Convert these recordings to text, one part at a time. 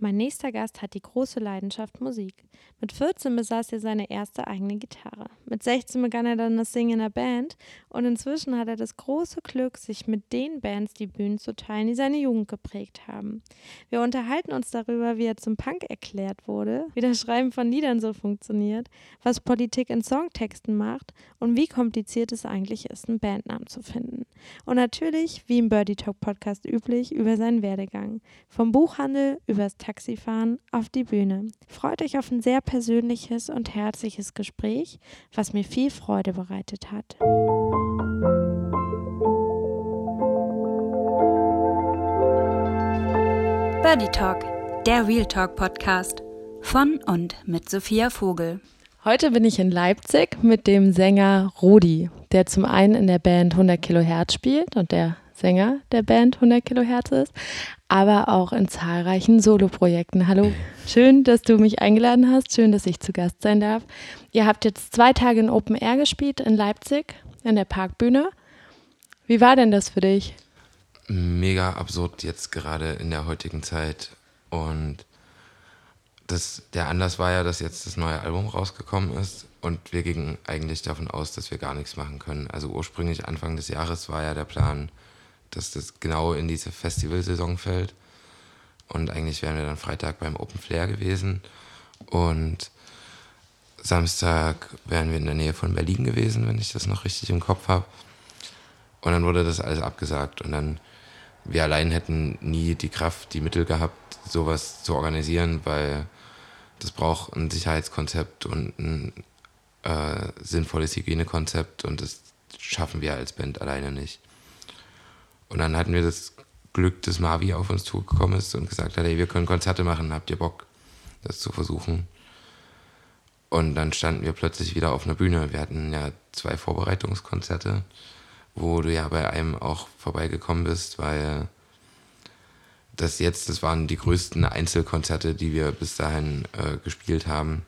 Mein nächster Gast hat die große Leidenschaft Musik. Mit 14 besaß er seine erste eigene Gitarre. Mit 16 begann er dann das Singen in einer Band und inzwischen hat er das große Glück, sich mit den Bands die Bühnen zu teilen, die seine Jugend geprägt haben. Wir unterhalten uns darüber, wie er zum Punk erklärt wurde, wie das Schreiben von Liedern so funktioniert, was Politik in Songtexten macht und wie kompliziert es eigentlich ist, einen Bandnamen zu finden. Und natürlich, wie im Birdie Talk Podcast üblich, über seinen Werdegang. Vom Buchhandel übers Taxifahren auf die Bühne. Freut euch auf ein sehr persönliches und herzliches Gespräch, was mir viel Freude bereitet hat. Birdie Talk, der Real Talk Podcast von und mit Sophia Vogel. Heute bin ich in Leipzig mit dem Sänger Rudi, der zum einen in der Band 100 Kilohertz spielt und der Sänger der Band 100 Kilohertz ist, aber auch in zahlreichen Soloprojekten. Hallo, schön, dass du mich eingeladen hast, schön, dass ich zu Gast sein darf. Ihr habt jetzt 2 Tage in Open Air gespielt in Leipzig, in der Parkbühne. Wie war denn das für dich? Mega absurd jetzt gerade in der heutigen Zeit und der Anlass war ja, dass jetzt das neue Album rausgekommen ist und wir gingen eigentlich davon aus, dass wir gar nichts machen können. Also ursprünglich Anfang des Jahres war ja der Plan, dass das genau in diese Festivalsaison fällt und eigentlich wären wir dann Freitag beim Open Flair gewesen und Samstag wären wir in der Nähe von Berlin gewesen, wenn ich das noch richtig im Kopf habe. Und dann wurde das alles abgesagt und dann, wir allein hätten nie die Kraft, die Mittel gehabt, sowas zu organisieren, weil das braucht ein Sicherheitskonzept und ein sinnvolles Hygienekonzept und das schaffen wir als Band alleine nicht. Und dann hatten wir das Glück, dass Marvi auf uns zugekommen ist und gesagt hat, hey, wir können Konzerte machen, habt ihr Bock, das zu versuchen? Und dann standen wir plötzlich wieder auf einer Bühne. Wir hatten ja 2 Vorbereitungskonzerte, wo du ja bei einem auch vorbeigekommen bist, weil das waren die größten Einzelkonzerte, die wir bis dahin gespielt haben.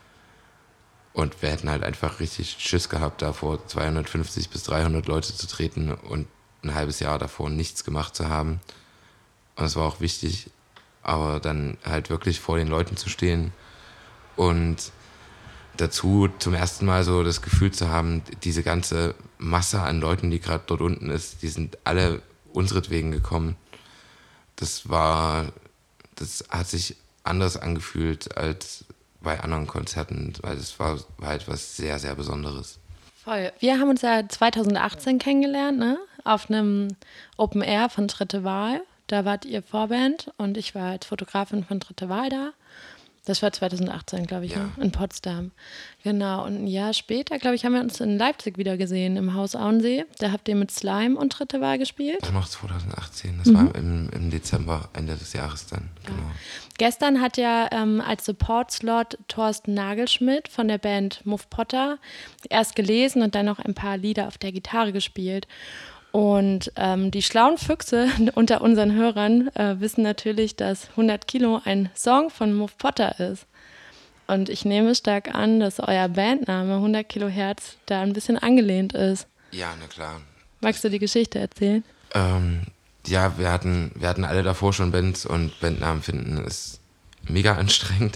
Und wir hätten halt einfach richtig Schiss gehabt, da vor 250 bis 300 Leute zu treten und ein halbes Jahr davor nichts gemacht zu haben. Und es war auch wichtig, aber dann halt wirklich vor den Leuten zu stehen und dazu zum ersten Mal so das Gefühl zu haben, diese ganze Masse an Leuten, die gerade dort unten ist, die sind alle unseretwegen gekommen. Das hat sich anders angefühlt als bei anderen Konzerten, weil das war halt was sehr, sehr Besonderes. Voll. Wir haben uns ja 2018 kennengelernt, ne? Auf einem Open Air von Dritte Wahl. Da wart ihr Vorband und ich war als Fotografin von Dritte Wahl da. Das war 2018, glaube ich, ja. Ne? In Potsdam. Genau, und ein Jahr später, glaube ich, haben wir uns in Leipzig wieder gesehen, im Haus Auensee. Da habt ihr mit Slime und Dritte Wahl gespielt. Auch noch 2018, das war im Dezember, Ende des Jahres dann, genau. Ja. Gestern hat ja als Support-Slot Thorsten Nagelschmidt von der Band Muff Potter erst gelesen und dann noch ein paar Lieder auf der Gitarre gespielt. Und die schlauen Füchse unter unseren Hörern wissen natürlich, dass 100 Kilo ein Song von Muff Potter ist. Und ich nehme stark an, dass euer Bandname 100 Kilohertz da ein bisschen angelehnt ist. Ja, na klar. Magst du die Geschichte erzählen? Ja, wir hatten alle davor schon Bands und Bandnamen finden ist mega anstrengend.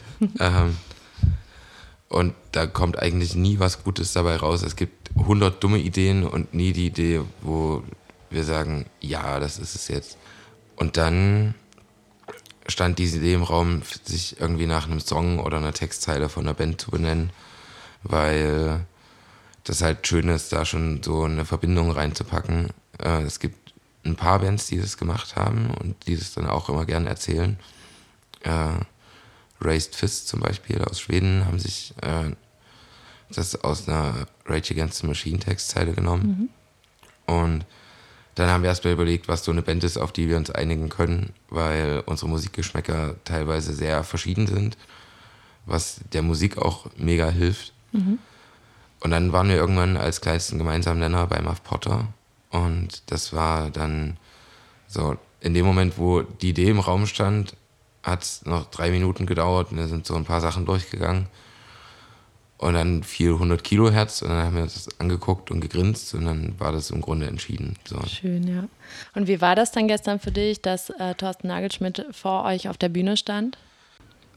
Und da kommt eigentlich nie was Gutes dabei raus. Es gibt 100 dumme Ideen und nie die Idee, wo wir sagen, ja, das ist es jetzt. Und dann stand diese Idee im Raum, sich irgendwie nach einem Song oder einer Textzeile von einer Band zu benennen, weil das halt schön ist, da schon so eine Verbindung reinzupacken. Es gibt ein paar Bands, die das gemacht haben und die das dann auch immer gerne erzählen. Raised Fist zum Beispiel aus Schweden haben sich das aus einer Rage Against the Machine Textzeile genommen. Und dann haben wir erstmal überlegt, was so eine Band ist, auf die wir uns einigen können, weil unsere Musikgeschmäcker teilweise sehr verschieden sind, was der Musik auch mega hilft. Und dann waren wir irgendwann als kleinsten gemeinsamen Nenner bei Muff Potter und das war dann so, in dem Moment, wo die Idee im Raum stand, hat es noch 3 Minuten gedauert und da sind so ein paar Sachen durchgegangen. Und dann fiel 100 Kilohertz und dann haben wir uns das angeguckt und gegrinst und dann war das im Grunde entschieden. So. Schön, ja. Und wie war das dann gestern für dich, dass Thorsten Nagelschmidt vor euch auf der Bühne stand?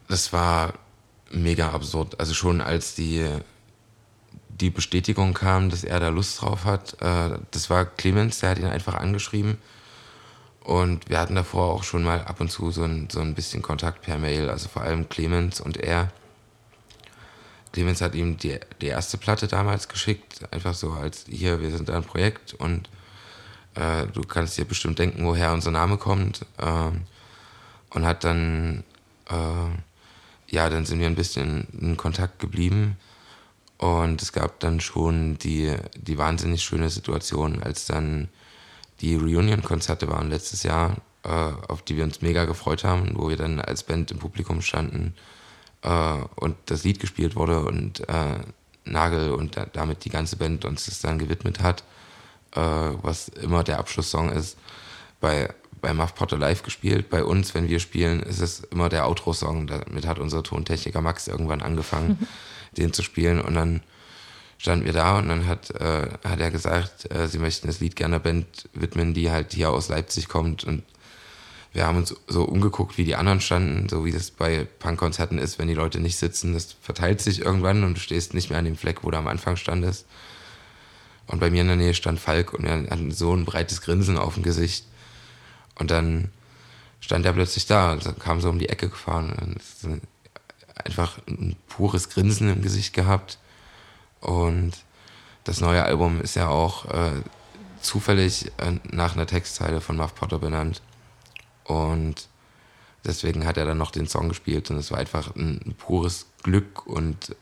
das war mega absurd. Also schon als die Bestätigung kam, dass er da Lust drauf hat, das war Clemens, der hat ihn einfach angeschrieben. Und wir hatten davor auch schon mal ab und zu so ein bisschen Kontakt per Mail, also vor allem Clemens und er. Clemens hat ihm die erste Platte damals geschickt, einfach so als, hier, wir sind da ein Projekt und du kannst dir bestimmt denken, woher unser Name kommt. Und hat dann, dann sind wir ein bisschen in Kontakt geblieben. Und es gab dann schon die wahnsinnig schöne Situation, als dann die Reunion-Konzerte waren letztes Jahr, auf die wir uns mega gefreut haben, wo wir dann als Band im Publikum standen und das Lied gespielt wurde und Nagel und damit die ganze Band uns das dann gewidmet hat, was immer der Abschlusssong ist. Bei Muff Potter Live gespielt, bei uns, wenn wir spielen, ist es immer der Outro-Song. Damit hat unser Tontechniker Max irgendwann angefangen, den zu spielen und dann standen wir da und dann hat er gesagt, sie möchten das Lied gerne einer Band widmen, die halt hier aus Leipzig kommt und wir haben uns so umgeguckt, wie die anderen standen, so wie das bei Punkkonzerten ist, wenn die Leute nicht sitzen, das verteilt sich irgendwann und du stehst nicht mehr an dem Fleck, wo du am Anfang standest. Und bei mir in der Nähe stand Falk und wir hatten so ein breites Grinsen auf dem Gesicht und dann stand er plötzlich da und kam so um die Ecke gefahren und einfach ein pures Grinsen im Gesicht gehabt. Und das neue Album ist ja auch zufällig nach einer Textzeile von Muff Potter benannt. Und deswegen hat er dann noch den Song gespielt und es war einfach ein pures Glück und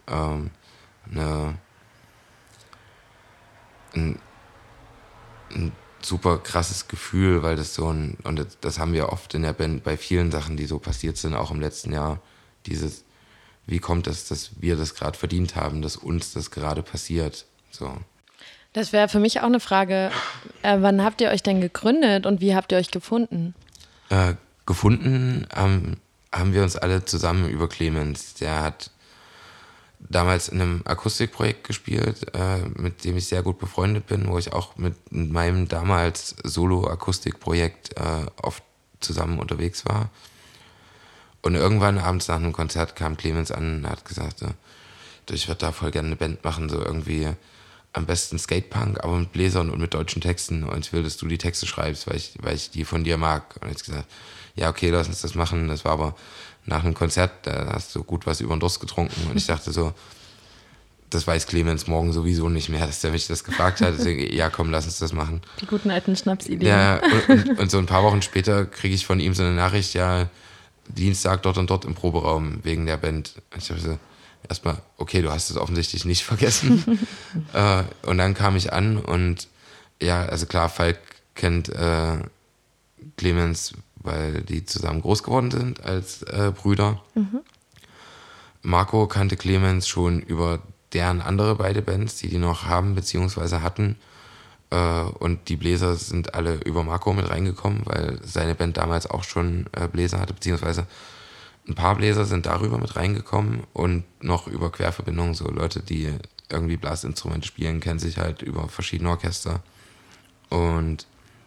ein super krasses Gefühl, weil das und das haben wir oft in der Band bei vielen Sachen, die so passiert sind, auch im letzten Jahr, dieses, wie kommt es, dass wir das gerade verdient haben, dass uns das gerade passiert, so. Das wäre für mich auch eine Frage, wann habt ihr euch denn gegründet und wie habt ihr euch gefunden? Gefunden haben wir uns alle zusammen über Clemens. Der hat damals in einem Akustikprojekt gespielt, mit dem ich sehr gut befreundet bin, wo ich auch mit meinem damals Solo-Akustikprojekt oft zusammen unterwegs war. Und irgendwann abends nach einem Konzert kam Clemens an und hat gesagt, ich würde da voll gerne eine Band machen, so irgendwie am besten Skatepunk, aber mit Bläsern und mit deutschen Texten und ich will, dass du die Texte schreibst, weil ich die von dir mag. Und ich gesagt, ja okay, lass uns das machen. Das war aber nach einem Konzert, da hast du gut was über den Durst getrunken und ich dachte so, das weiß Clemens morgen sowieso nicht mehr, dass der mich das gefragt hat. Deswegen, ja komm, lass uns das machen. Die guten alten Schnapsideen. Ja, und so ein paar Wochen später kriege ich von ihm so eine Nachricht, ja, Dienstag dort und dort im Proberaum wegen der Band. Und ich dachte so, erstmal, okay, du hast es offensichtlich nicht vergessen. Und dann kam ich an und ja, also klar, Falk kennt Clemens, weil die zusammen groß geworden sind als Brüder. Mhm. Marco kannte Clemens schon über deren andere beide Bands, die noch haben beziehungsweise hatten. Und die Bläser sind alle über Marco mit reingekommen, weil seine Band damals auch schon Bläser hatte, beziehungsweise ein paar Bläser sind darüber mit reingekommen und noch über Querverbindungen, so Leute, die irgendwie Blasinstrumente spielen, kennen sich halt über verschiedene Orchester. Und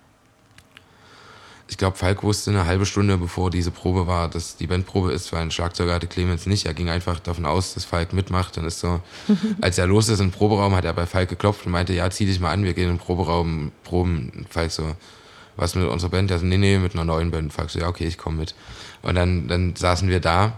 ich glaube, Falk wusste eine halbe Stunde, bevor diese Probe war, dass die Bandprobe ist, weil ein Schlagzeuger hatte Clemens nicht. Er ging einfach davon aus, dass Falk mitmacht. Dann ist so, als er los ist im Proberaum, hat er bei Falk geklopft und meinte, ja, zieh dich mal an, wir gehen in den Proberaum proben. Und Falk so, was mit unserer Band? Er so, nee, mit einer neuen Band. Falk so, ja, okay, ich komme mit. Und dann saßen wir da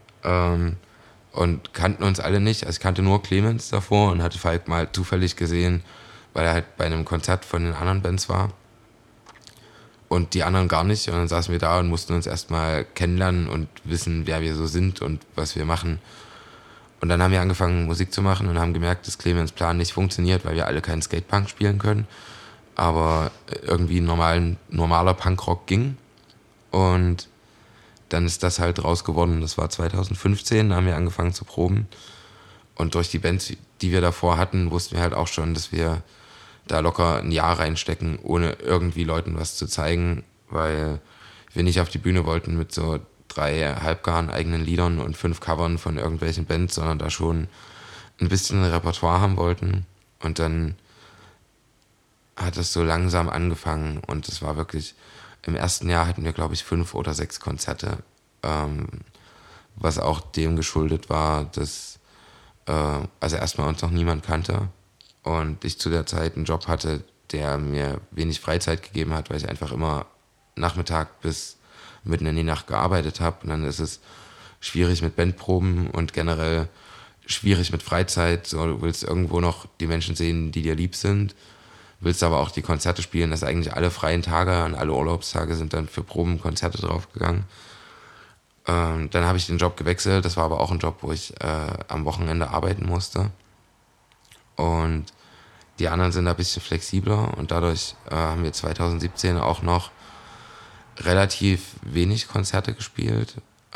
und kannten uns alle nicht. Also ich kannte nur Clemens davor und hatte Falk mal zufällig gesehen, weil er halt bei einem Konzert von den anderen Bands war. Und die anderen gar nicht. Und dann saßen wir da und mussten uns erstmal kennenlernen und wissen, wer wir so sind und was wir machen. Und dann haben wir angefangen, Musik zu machen und haben gemerkt, dass Clemens' Plan nicht funktioniert, weil wir alle keinen Skatepunk spielen können. Aber irgendwie normaler Punkrock ging. Und dann ist das halt raus geworden. Das war 2015, da haben wir angefangen zu proben. Und durch die Bands, die wir davor hatten, wussten wir halt auch schon, dass wir da locker ein Jahr reinstecken, ohne irgendwie Leuten was zu zeigen, weil wir nicht auf die Bühne wollten mit so 3 halbgaren eigenen Liedern und 5 Covern von irgendwelchen Bands, sondern da schon ein bisschen Repertoire haben wollten. Und dann hat es so langsam angefangen und es war wirklich, im ersten Jahr hatten wir, glaube ich, 5 oder 6 Konzerte, was auch dem geschuldet war, dass also erstmal uns noch niemand kannte und ich zu der Zeit einen Job hatte, der mir wenig Freizeit gegeben hat, weil ich einfach immer Nachmittag bis mitten in die Nacht gearbeitet habe. Und dann ist es schwierig mit Bandproben und generell schwierig mit Freizeit. So, du willst irgendwo noch die Menschen sehen, die dir lieb sind, willst aber auch die Konzerte spielen. Das eigentlich alle freien Tage und alle Urlaubstage sind dann für Proben Konzerte draufgegangen. Dann habe ich den Job gewechselt. Das war aber auch ein Job, wo ich am Wochenende arbeiten musste. Und die anderen sind da ein bisschen flexibler. Und dadurch haben wir 2017 auch noch relativ wenig Konzerte gespielt.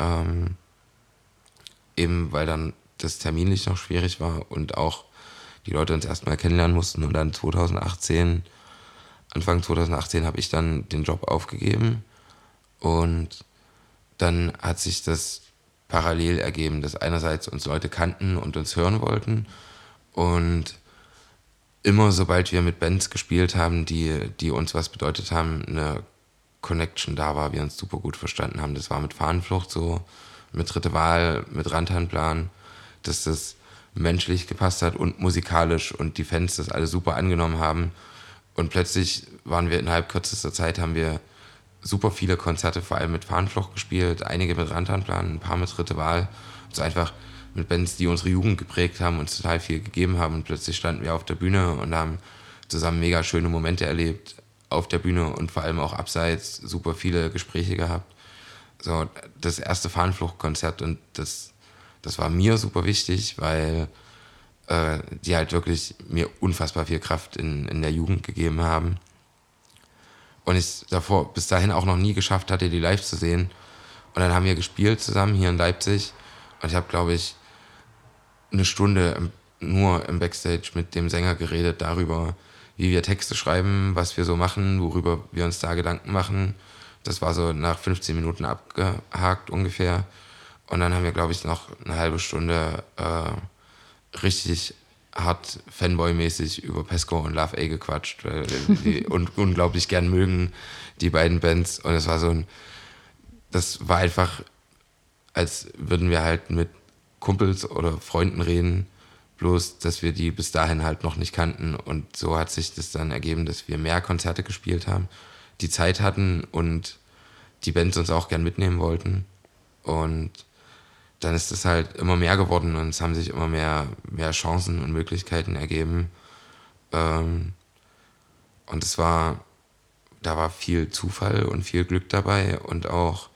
Eben weil dann das terminlich noch schwierig war und auch die Leute uns erstmal kennenlernen mussten. Und dann Anfang 2018 habe ich dann den Job aufgegeben. Und dann hat sich das parallel ergeben, dass einerseits uns Leute kannten und uns hören wollten und immer sobald wir mit Bands gespielt haben, die uns was bedeutet haben, eine Connection da war, wir uns super gut verstanden haben. Das war mit Fahnenflucht so, mit Dritte Wahl, mit Rantanplan, dass das menschlich gepasst hat und musikalisch und die Fans das alle super angenommen haben. Und plötzlich waren wir innerhalb kürzester Zeit, haben wir super viele Konzerte, vor allem mit Fahnenflucht gespielt, einige mit Rantanplan, ein paar mit Dritte Wahl. Also einfach mit Bands, die unsere Jugend geprägt haben, uns total viel gegeben haben. Und plötzlich standen wir auf der Bühne und haben zusammen mega schöne Momente erlebt auf der Bühne und vor allem auch abseits super viele Gespräche gehabt. So, das erste Fahnenfluchtkonzert und das war mir super wichtig, weil die halt wirklich mir unfassbar viel Kraft in der Jugend gegeben haben. Und ich bis dahin auch noch nie geschafft hatte, die live zu sehen. Und dann haben wir gespielt zusammen hier in Leipzig. Und ich habe, glaube ich, eine Stunde nur im Backstage mit dem Sänger geredet darüber, wie wir Texte schreiben, was wir so machen, worüber wir uns da Gedanken machen. Das war so nach 15 Minuten abgehakt ungefähr. Und dann haben wir, glaube ich, noch eine halbe Stunde richtig hart Fanboy-mäßig über Pesco und Love A gequatscht, weil die unglaublich gern mögen, die beiden Bands. Und es war das war einfach, als würden wir halt mit Kumpels oder Freunden reden, bloß, dass wir die bis dahin halt noch nicht kannten. Und so hat sich das dann ergeben, dass wir mehr Konzerte gespielt haben, die Zeit hatten und die Bands uns auch gern mitnehmen wollten. Und dann ist es halt immer mehr geworden und es haben sich immer mehr Chancen und Möglichkeiten ergeben. Und da war viel Zufall und viel Glück dabei und auch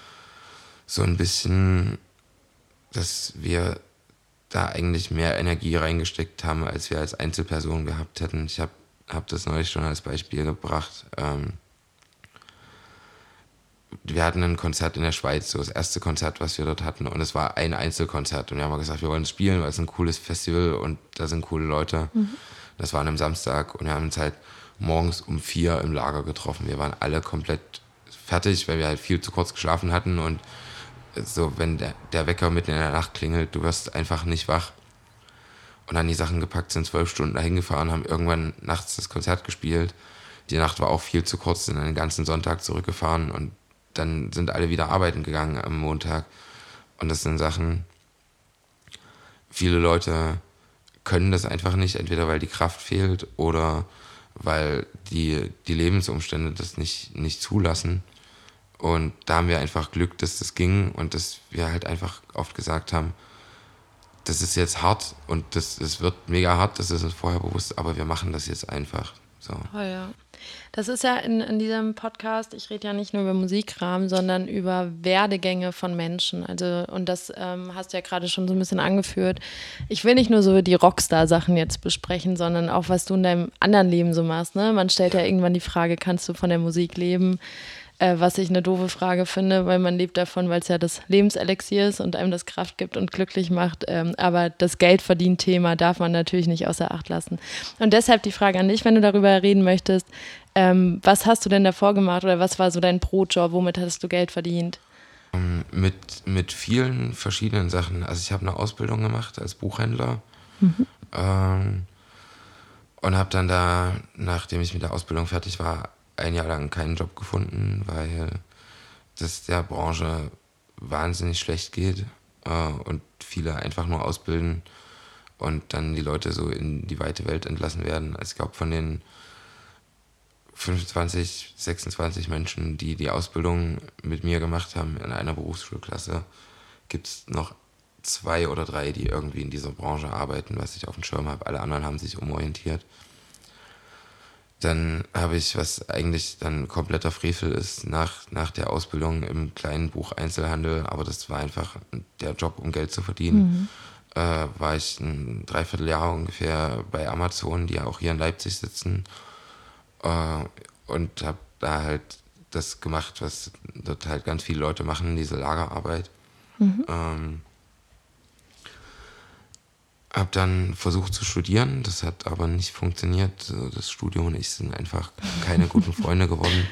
so ein bisschen, dass wir da eigentlich mehr Energie reingesteckt haben, als wir als Einzelperson gehabt hätten. Ich hab das neulich schon als Beispiel gebracht. Wir hatten ein Konzert in der Schweiz, so das erste Konzert, was wir dort hatten, und es war ein Einzelkonzert und wir haben gesagt, wir wollen spielen, weil es ein cooles Festival und da sind coole Leute. Das war an einem Samstag und wir haben uns halt morgens um 4 im Lager getroffen. Wir waren alle komplett fertig, weil wir halt viel zu kurz geschlafen hatten und so, wenn der Wecker mitten in der Nacht klingelt, du wirst einfach nicht wach. Und dann die Sachen gepackt, sind 12 Stunden dahin gefahren, haben irgendwann nachts das Konzert gespielt. Die Nacht war auch viel zu kurz, sind dann den ganzen Sonntag zurückgefahren und dann sind alle wieder arbeiten gegangen am Montag. Und das sind Sachen, viele Leute können das einfach nicht, entweder weil die Kraft fehlt oder weil die Lebensumstände das nicht zulassen. Und da haben wir einfach Glück, dass das ging und dass wir halt einfach oft gesagt haben, das ist jetzt hart und das wird mega hart, das ist uns vorher bewusst, aber wir machen das jetzt einfach. So. Oh ja. Das ist ja in diesem Podcast, ich rede ja nicht nur über Musikkram, sondern über Werdegänge von Menschen. Also, und das hast du ja gerade schon so ein bisschen angeführt. Ich will nicht nur so die Rockstar-Sachen jetzt besprechen, sondern auch, was du in deinem anderen Leben so machst. Ne? Man stellt ja irgendwann die Frage, kannst du von der Musik leben? Was ich eine doofe Frage finde, weil man lebt davon, weil es ja das Lebenselixier ist und einem das Kraft gibt und glücklich macht. Aber das Geldverdienen-Thema darf man natürlich nicht außer Acht lassen. Und deshalb die Frage an dich, wenn du darüber reden möchtest, was hast du denn davor gemacht oder was war so dein Brotjob, womit hast du Geld verdient? Mit vielen verschiedenen Sachen. Also ich habe eine Ausbildung gemacht als Buchhändler und habe dann da, nachdem ich mit der Ausbildung fertig war, ein Jahr lang keinen Job gefunden, weil das der Branche wahnsinnig schlecht geht und viele einfach nur ausbilden und dann die Leute so in die weite Welt entlassen werden. Also ich glaube, von den 25, 26 Menschen, die die Ausbildung mit mir gemacht haben in einer Berufsschulklasse, gibt es noch 2 oder 3, die irgendwie in dieser Branche arbeiten, was ich auf dem Schirm habe. Alle anderen haben sich umorientiert. Dann habe ich, was eigentlich dann kompletter Frevel ist, nach der Ausbildung im kleinen Bucheinzelhandel, aber das war einfach der Job, um Geld zu verdienen, war ich ein Dreivierteljahr ungefähr bei Amazon, die ja auch hier in Leipzig sitzen, und habe da halt das gemacht, was dort halt ganz viele Leute machen, diese Lagerarbeit. Habe dann versucht zu studieren, das hat aber nicht funktioniert. Das Studium und ich sind einfach keine guten Freunde geworden.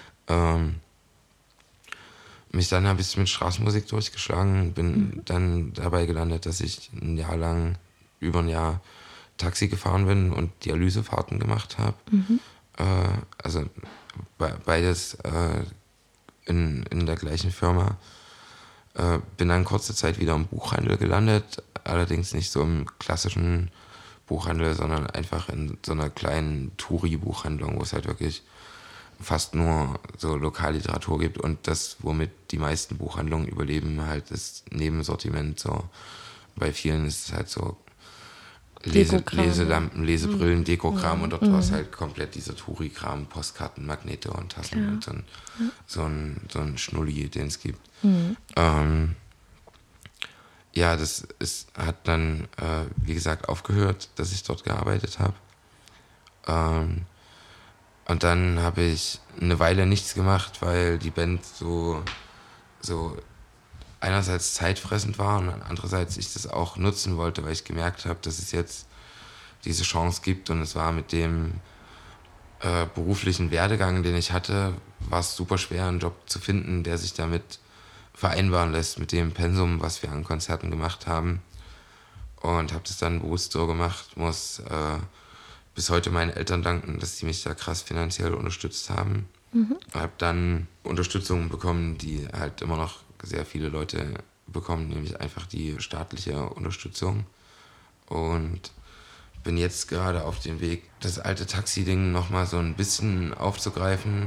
Mich dann ein bisschen mit Straßenmusik durchgeschlagen, bin dann dabei gelandet, dass ich über ein Jahr Taxi gefahren bin und Dialysefahrten gemacht habe. Also beides in der gleichen Firma. Bin dann kurze Zeit wieder im Buchhandel gelandet, allerdings nicht so im klassischen Buchhandel, sondern einfach in so einer kleinen Touri-Buchhandlung, wo es halt wirklich fast nur so Lokalliteratur gibt und das, womit die meisten Buchhandlungen überleben, halt das Nebensortiment. So. Bei vielen ist es halt so Leselampen, Lesebrillen, Dekokram und dort war es halt komplett dieser Touri-Kram, Postkarten, Magnete und Tassen und so ein Schnulli, den es gibt. Ja, hat dann, wie gesagt, aufgehört, dass ich dort gearbeitet habe. Und dann habe ich eine Weile nichts gemacht, weil die Band so einerseits zeitfressend war und andererseits ich das auch nutzen wollte, weil ich gemerkt habe, dass es jetzt diese Chance gibt und es war mit dem beruflichen Werdegang, den ich hatte, war es super schwer, einen Job zu finden, der sich damit vereinbaren lässt mit dem Pensum, was wir an Konzerten gemacht haben, und habe das dann bewusst so gemacht, muss bis heute meinen Eltern danken, dass sie mich da krass finanziell unterstützt haben. Habe dann Unterstützung bekommen, die halt immer noch sehr viele Leute bekommen, nämlich einfach die staatliche Unterstützung, und bin jetzt gerade auf dem Weg, das alte Taxi-Ding nochmal so ein bisschen aufzugreifen,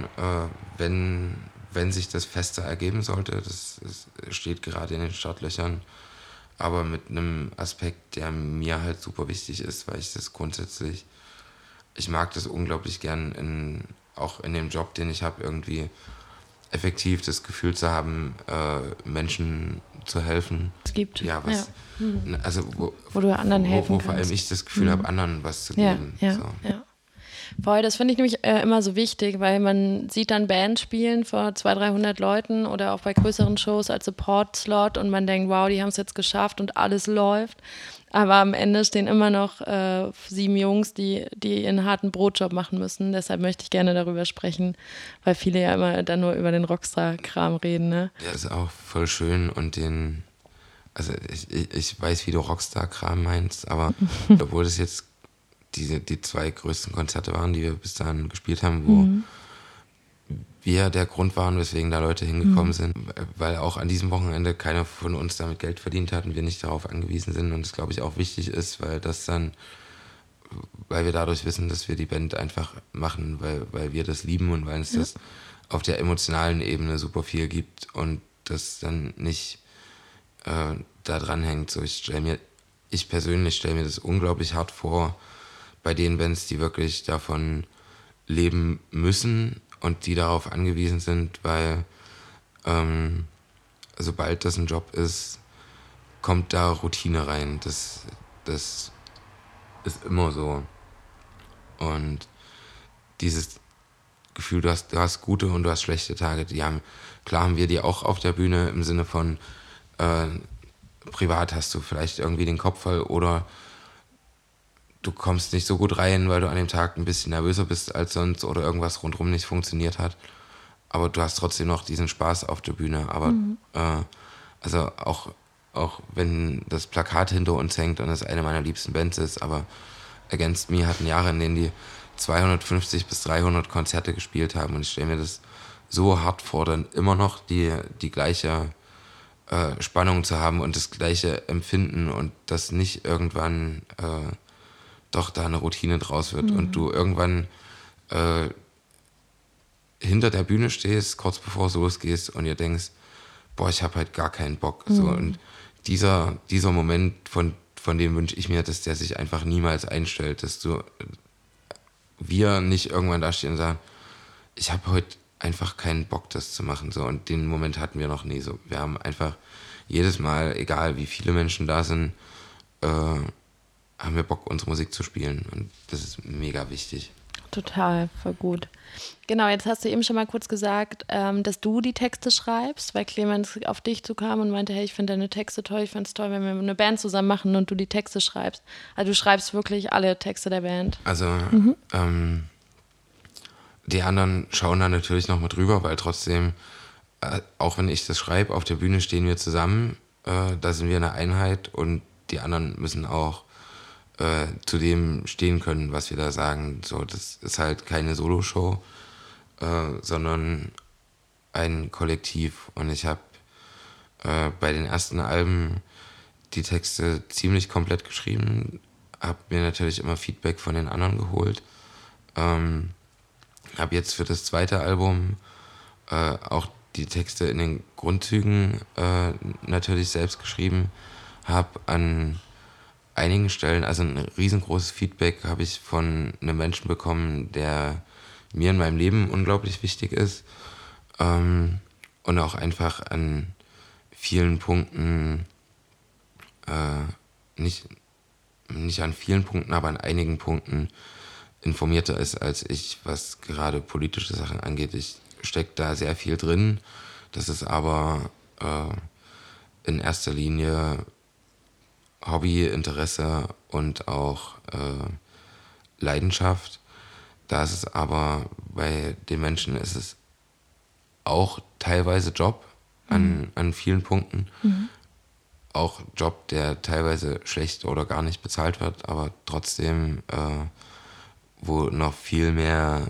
wenn sich das fester ergeben sollte. Das steht gerade in den Startlöchern, aber mit einem Aspekt, der mir halt super wichtig ist, weil ich das grundsätzlich, ich mag das unglaublich gern, auch in dem Job, den ich habe, irgendwie effektiv das Gefühl zu haben, Menschen zu helfen. Es gibt. Ja, was. Ja. Also wo du anderen helfen kannst. Wo vor allem ich das Gefühl habe, anderen was zu geben. Ja. Voll, das finde ich nämlich immer so wichtig, weil man sieht dann Bands spielen vor 200-300 Leuten oder auch bei größeren Shows als Support-Slot und man denkt, wow, die haben es jetzt geschafft und alles läuft. Aber am Ende stehen immer noch 7 Jungs, die einen harten Brotjob machen müssen. Deshalb möchte ich gerne darüber sprechen, weil viele ja immer dann nur über den Rockstar-Kram reden. Ne? Ja, das ist auch voll schön und also ich weiß, wie du Rockstar-Kram meinst, aber obwohl das jetzt die 2 größten Konzerte waren, die wir bis dahin gespielt haben, wo wir der Grund waren, weswegen da Leute hingekommen sind, weil auch an diesem Wochenende keiner von uns damit Geld verdient hat und wir nicht darauf angewiesen sind und es, glaube ich, auch wichtig ist, weil wir dadurch wissen, dass wir die Band einfach machen, weil wir das lieben und weil es das auf der emotionalen Ebene super viel gibt und das dann nicht da dran hängt. So, ich persönlich stelle mir das unglaublich hart vor, bei den Bands, die wirklich davon leben müssen und die darauf angewiesen sind, weil sobald das ein Job ist, kommt da Routine rein. Das ist immer so. Und dieses Gefühl, du hast gute und du hast schlechte Tage, klar haben wir die auch auf der Bühne im Sinne von privat hast du vielleicht irgendwie den Kopf voll oder du kommst nicht so gut rein, weil du an dem Tag ein bisschen nervöser bist als sonst oder irgendwas rundherum nicht funktioniert hat. Aber du hast trotzdem noch diesen Spaß auf der Bühne. Aber also auch wenn das Plakat hinter uns hängt und es eine meiner liebsten Bands ist, aber Against Me hatten Jahre, in denen die 250 bis 300 Konzerte gespielt haben und ich stelle mir das so hart vor, dann immer noch die gleiche Spannung zu haben und das gleiche Empfinden und dass nicht irgendwann doch da eine Routine draus wird und du irgendwann hinter der Bühne stehst, kurz bevor du losgehst und ihr denkst, boah, ich habe halt gar keinen Bock. So, und dieser Moment, von dem wünsche ich mir, dass der sich einfach niemals einstellt, dass wir nicht irgendwann da stehen und sagen, ich habe heute einfach keinen Bock, das zu machen. So. Und den Moment hatten wir noch nie. So. Wir haben einfach jedes Mal, egal wie viele Menschen da sind, haben wir Bock, unsere Musik zu spielen. Und das ist mega wichtig. Total, voll gut. Genau, jetzt hast du eben schon mal kurz gesagt, dass du die Texte schreibst, weil Clemens auf dich zukam und meinte, hey, ich finde deine Texte toll, ich fände es toll, wenn wir eine Band zusammen machen und du die Texte schreibst. Also du schreibst wirklich alle Texte der Band. Also die anderen schauen da natürlich noch mal drüber, weil trotzdem, auch wenn ich das schreibe, auf der Bühne stehen wir zusammen, da sind wir eine Einheit und die anderen müssen auch zu dem stehen können, was wir da sagen. So, das ist halt keine Soloshow, sondern ein Kollektiv. Und ich habe bei den ersten Alben die Texte ziemlich komplett geschrieben, habe mir natürlich immer Feedback von den anderen geholt. Habe jetzt für das zweite Album auch die Texte in den Grundzügen natürlich selbst geschrieben, habe an einigen Stellen, also ein riesengroßes Feedback habe ich von einem Menschen bekommen, der mir in meinem Leben unglaublich wichtig ist und auch einfach an vielen Punkten, nicht an vielen Punkten, aber an einigen Punkten informierter ist als ich, was gerade politische Sachen angeht. Ich stecke da sehr viel drin, das ist aber in erster Linie Hobby, Interesse und auch Leidenschaft. Da ist es aber, bei den Menschen ist es auch teilweise Job an vielen Punkten. Auch Job, der teilweise schlecht oder gar nicht bezahlt wird, aber trotzdem, wo noch viel mehr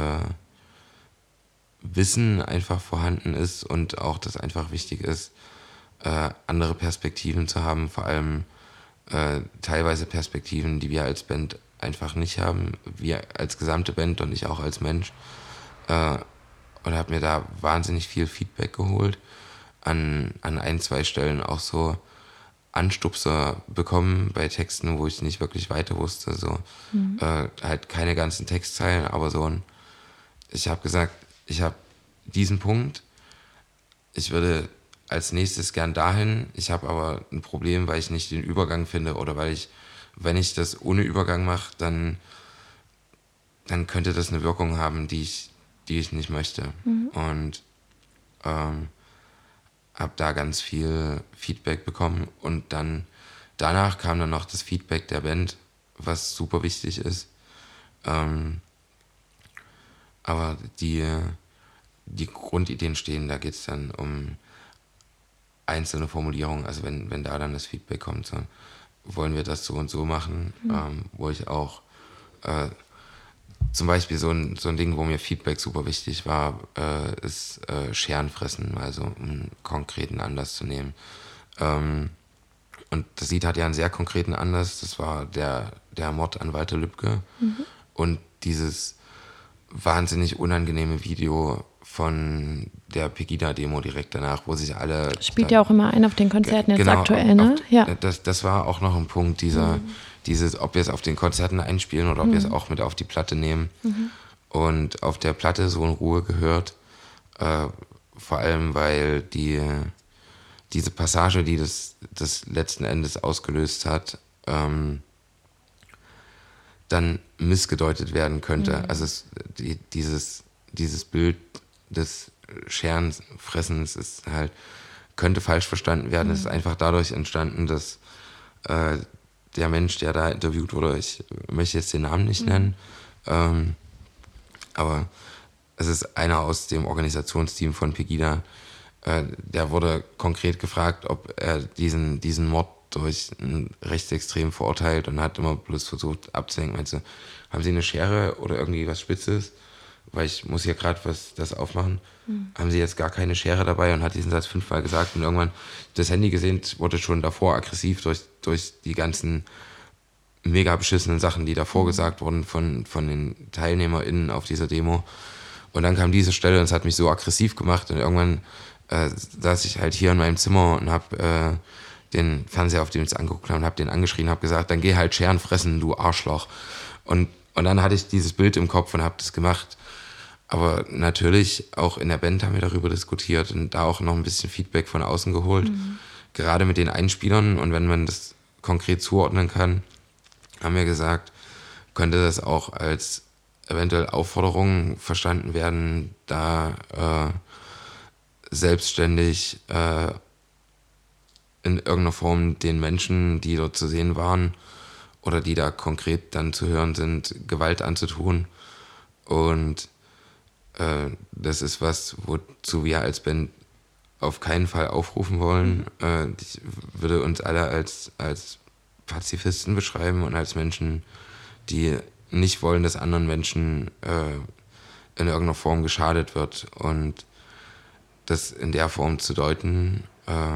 Wissen einfach vorhanden ist und auch das einfach wichtig ist, andere Perspektiven zu haben, vor allem teilweise Perspektiven, die wir als Band einfach nicht haben, wir als gesamte Band und ich auch als Mensch. Und habe mir da wahnsinnig viel Feedback geholt, an ein, zwei Stellen auch so Anstupser bekommen bei Texten, wo ich nicht wirklich weiter wusste. So. Halt keine ganzen Textzeilen, aber ich habe gesagt, ich habe diesen Punkt, ich würde als nächstes gern dahin, ich habe aber ein Problem, weil ich nicht den Übergang finde oder weil ich, wenn ich das ohne Übergang mache, dann könnte das eine Wirkung haben, die ich nicht möchte. Und habe da ganz viel Feedback bekommen und dann danach kam dann noch das Feedback der Band, was super wichtig ist. Aber die Grundideen stehen, da geht es dann um einzelne Formulierungen, also wenn da dann das Feedback kommt, so, wollen wir das so und so machen, wo ich auch zum Beispiel so ein Ding, wo mir Feedback super wichtig war, ist Scheren fressen, also um einen konkreten Anlass zu nehmen. Und das Lied hat ja einen sehr konkreten Anlass, das war der Mord an Walter Lübcke und dieses wahnsinnig unangenehme Video von der Pegida-Demo direkt danach, wo sich alle... Spielt ja auch immer ein auf den Konzerten jetzt aktuell, ne? Ja. Das war auch noch ein Punkt, dieses, ob wir es auf den Konzerten einspielen oder ob wir es auch mit auf die Platte nehmen. Und auf der Platte so in Ruhe gehört, vor allem, weil diese Passage, die das letzten Endes ausgelöst hat, dann missgedeutet werden könnte. Also dieses Bild des Scherenfressens ist halt, könnte falsch verstanden werden. Es ist einfach dadurch entstanden, dass der Mensch, der da interviewt wurde, ich möchte jetzt den Namen nicht nennen, aber es ist einer aus dem Organisationsteam von Pegida, der wurde konkret gefragt, ob er diesen Mord durch einen Rechtsextrem verurteilt und hat immer bloß versucht abzulenken. Meinst du, haben Sie eine Schere oder irgendwie was Spitzes? weil ich muss hier gerade das aufmachen, haben sie jetzt gar keine Schere dabei und hat diesen Satz 5-mal gesagt und irgendwann das Handy gesehen, wurde schon davor aggressiv durch die ganzen mega beschissenen Sachen, die davor gesagt wurden von den TeilnehmerInnen auf dieser Demo. Und dann kam diese Stelle und es hat mich so aggressiv gemacht und irgendwann saß ich halt hier in meinem Zimmer und habe den Fernseher, auf dem ich es angeguckt habe, und habe den angeschrien, habe gesagt, dann geh halt Scheren fressen, du Arschloch. Und dann hatte ich dieses Bild im Kopf und habe das gemacht. Aber natürlich, auch in der Band haben wir darüber diskutiert und da auch noch ein bisschen Feedback von außen geholt. Gerade mit den Einspielern und wenn man das konkret zuordnen kann, haben wir gesagt, könnte das auch als eventuell Aufforderung verstanden werden, da selbstständig in irgendeiner Form den Menschen, die dort zu sehen waren oder die da konkret dann zu hören sind, Gewalt anzutun. Und das ist was, wozu wir als Band auf keinen Fall aufrufen wollen. Ich würde uns alle als Pazifisten beschreiben und als Menschen, die nicht wollen, dass anderen Menschen in irgendeiner Form geschadet wird. Und das in der Form zu deuten,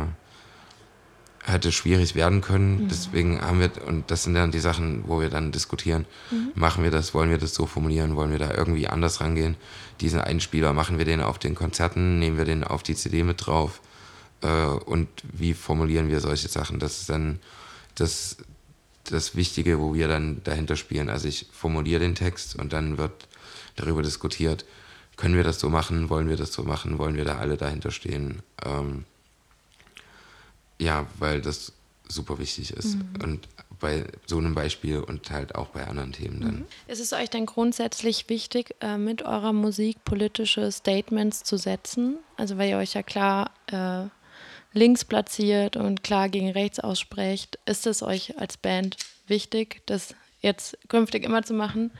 hätte schwierig werden können. Deswegen haben wir, und das sind dann die Sachen, wo wir dann diskutieren, machen wir das, wollen wir das so formulieren, wollen wir da irgendwie anders rangehen? Diesen Einspieler, machen wir den auf den Konzerten, nehmen wir den auf die CD mit drauf und wie formulieren wir solche Sachen? Das ist dann das Wichtige, wo wir dann dahinter spielen. Also ich formuliere den Text und dann wird darüber diskutiert, können wir das so machen, wollen wir das so machen, wollen wir da alle dahinter stehen? Ja, weil das super wichtig ist. Und bei so einem Beispiel und halt auch bei anderen Themen dann. Ist es euch denn grundsätzlich wichtig, mit eurer Musik politische Statements zu setzen? Also weil ihr euch ja klar links platziert und klar gegen rechts aussprecht. Ist es euch als Band wichtig, das jetzt künftig immer zu machen?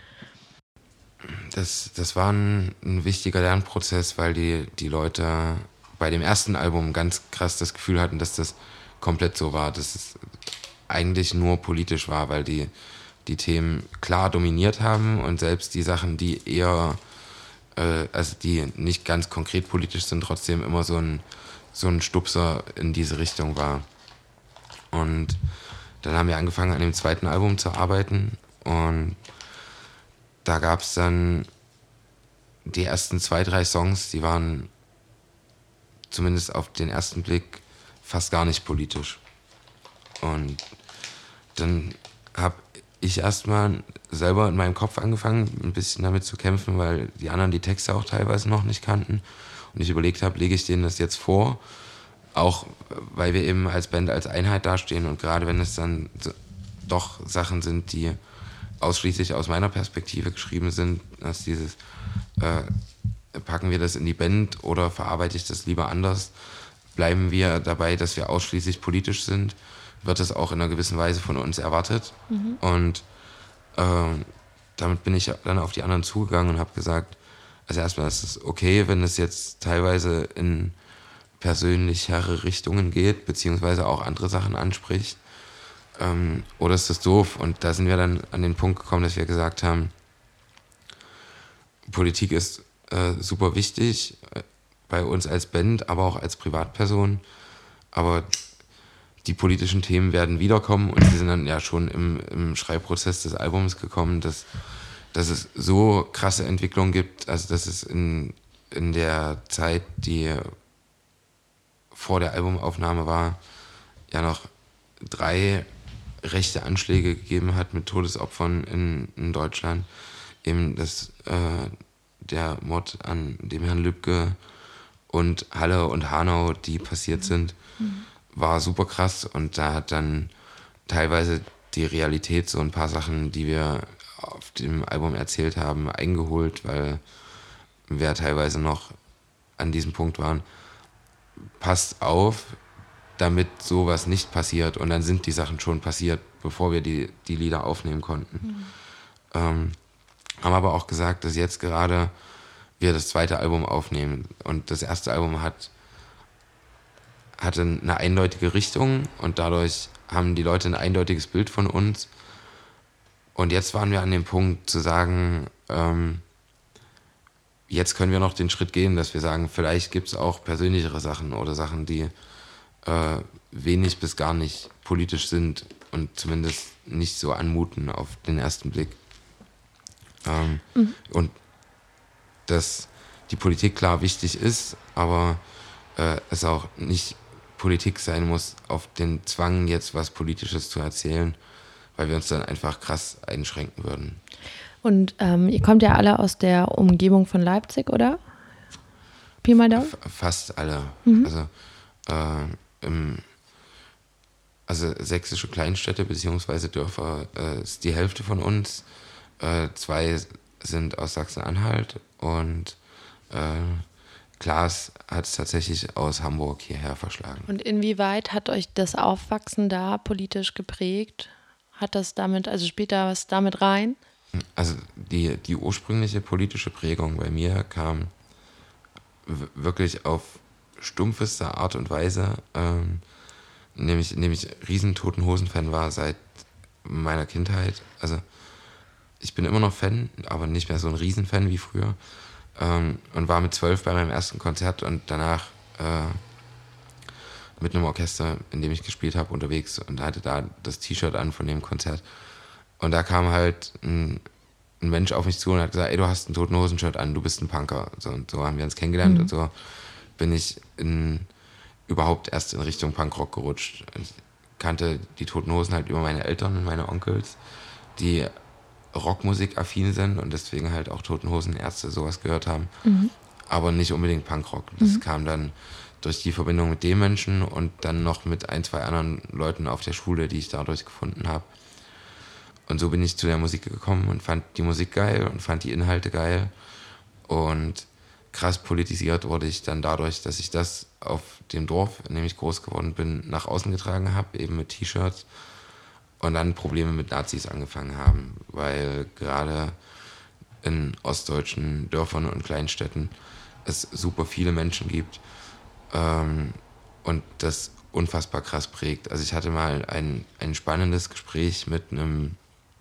Das war ein wichtiger Lernprozess, weil die Leute bei dem ersten Album ganz krass das Gefühl hatten, dass das komplett so war, dass es eigentlich nur politisch war, weil die Themen klar dominiert haben und selbst die Sachen, die eher, also die nicht ganz konkret politisch sind, trotzdem immer so ein Stupser in diese Richtung war. Und dann haben wir angefangen, an dem zweiten Album zu arbeiten und da gab es dann die ersten 2-3 Songs, die waren zumindest auf den ersten Blick fast gar nicht politisch. Und dann habe ich erstmal selber in meinem Kopf angefangen, ein bisschen damit zu kämpfen, weil die anderen die Texte auch teilweise noch nicht kannten. Und ich überlegt habe, lege ich denen das jetzt vor, auch weil wir eben als Band als Einheit dastehen und gerade wenn es dann doch Sachen sind, die ausschließlich aus meiner Perspektive geschrieben sind, dass dieses packen wir das in die Band oder verarbeite ich das lieber anders, bleiben wir dabei, dass wir ausschließlich politisch sind, wird es auch in einer gewissen Weise von uns erwartet. Und damit bin ich dann auf die anderen zugegangen und habe gesagt, also erstmal ist es okay, wenn es jetzt teilweise in persönlichere Richtungen geht, beziehungsweise auch andere Sachen anspricht. Oder ist das doof? Und da sind wir dann an den Punkt gekommen, dass wir gesagt haben, Politik ist super wichtig, bei uns als Band, aber auch als Privatperson. Aber die politischen Themen werden wiederkommen und sie sind dann ja schon im Schreibprozess des Albums gekommen, dass es so krasse Entwicklungen gibt, also dass es in der Zeit, die vor der Albumaufnahme war, ja noch 3 rechte Anschläge gegeben hat mit Todesopfern in Deutschland. Eben der Mord an dem Herrn Lübcke und Halle und Hanau, die passiert sind, war super krass. Und da hat dann teilweise die Realität so ein paar Sachen, die wir auf dem Album erzählt haben, eingeholt, weil wir teilweise noch an diesem Punkt waren, passt auf, damit sowas nicht passiert. Und dann sind die Sachen schon passiert, bevor wir die Lieder aufnehmen konnten. Haben aber auch gesagt, dass jetzt gerade wir das zweite Album aufnehmen. Und das erste Album hatte eine eindeutige Richtung und dadurch haben die Leute ein eindeutiges Bild von uns. Und jetzt waren wir an dem Punkt zu sagen, jetzt können wir noch den Schritt gehen, dass wir sagen, vielleicht gibt es auch persönlichere Sachen oder Sachen, die wenig bis gar nicht politisch sind und zumindest nicht so anmuten auf den ersten Blick. Und dass die Politik klar wichtig ist, aber es auch nicht Politik sein muss, auf den Zwang jetzt was Politisches zu erzählen, weil wir uns dann einfach krass einschränken würden. Und ihr kommt ja alle aus der Umgebung von Leipzig, oder? Pi mal Daumen? Fast alle. Also sächsische Kleinstädte bzw. Dörfer ist die Hälfte von uns. 2 sind aus Sachsen-Anhalt und Klaas hat es tatsächlich aus Hamburg hierher verschlagen. Und inwieweit hat euch das Aufwachsen da politisch geprägt? Hat das damit, also spielt da was damit rein? Also die ursprüngliche politische Prägung bei mir kam wirklich auf stumpfeste Art und Weise, nämlich riesen Toten Hosen-Fan war seit meiner Kindheit. Also ich bin immer noch Fan, aber nicht mehr so ein Riesenfan wie früher. Und war mit 12 bei meinem ersten Konzert und danach mit einem Orchester, in dem ich gespielt habe, unterwegs und hatte da das T-Shirt an von dem Konzert. Und da kam halt ein Mensch auf mich zu und hat gesagt, ey, du hast ein Toten Hosen-Shirt an, du bist ein Punker. Und so haben wir uns kennengelernt und so bin ich überhaupt erst in Richtung Punkrock gerutscht. Ich kannte die Toten Hosen halt über meine Eltern und meine Onkels, die Rockmusik-affin sind und deswegen halt auch Toten Hosen, Ärzte, sowas gehört haben. Aber nicht unbedingt Punkrock. Das kam dann durch die Verbindung mit dem Menschen und dann noch mit 1, 2 anderen Leuten auf der Schule, die ich dadurch gefunden habe. Und so bin ich zu der Musik gekommen und fand die Musik geil und fand die Inhalte geil. Und krass politisiert wurde ich dann dadurch, dass ich das auf dem Dorf, in dem ich groß geworden bin, nach außen getragen habe, eben mit T-Shirts. Und dann Probleme mit Nazis angefangen haben, weil gerade in ostdeutschen Dörfern und Kleinstädten es super viele Menschen gibt und das unfassbar krass prägt. Also ich hatte mal ein spannendes Gespräch mit einem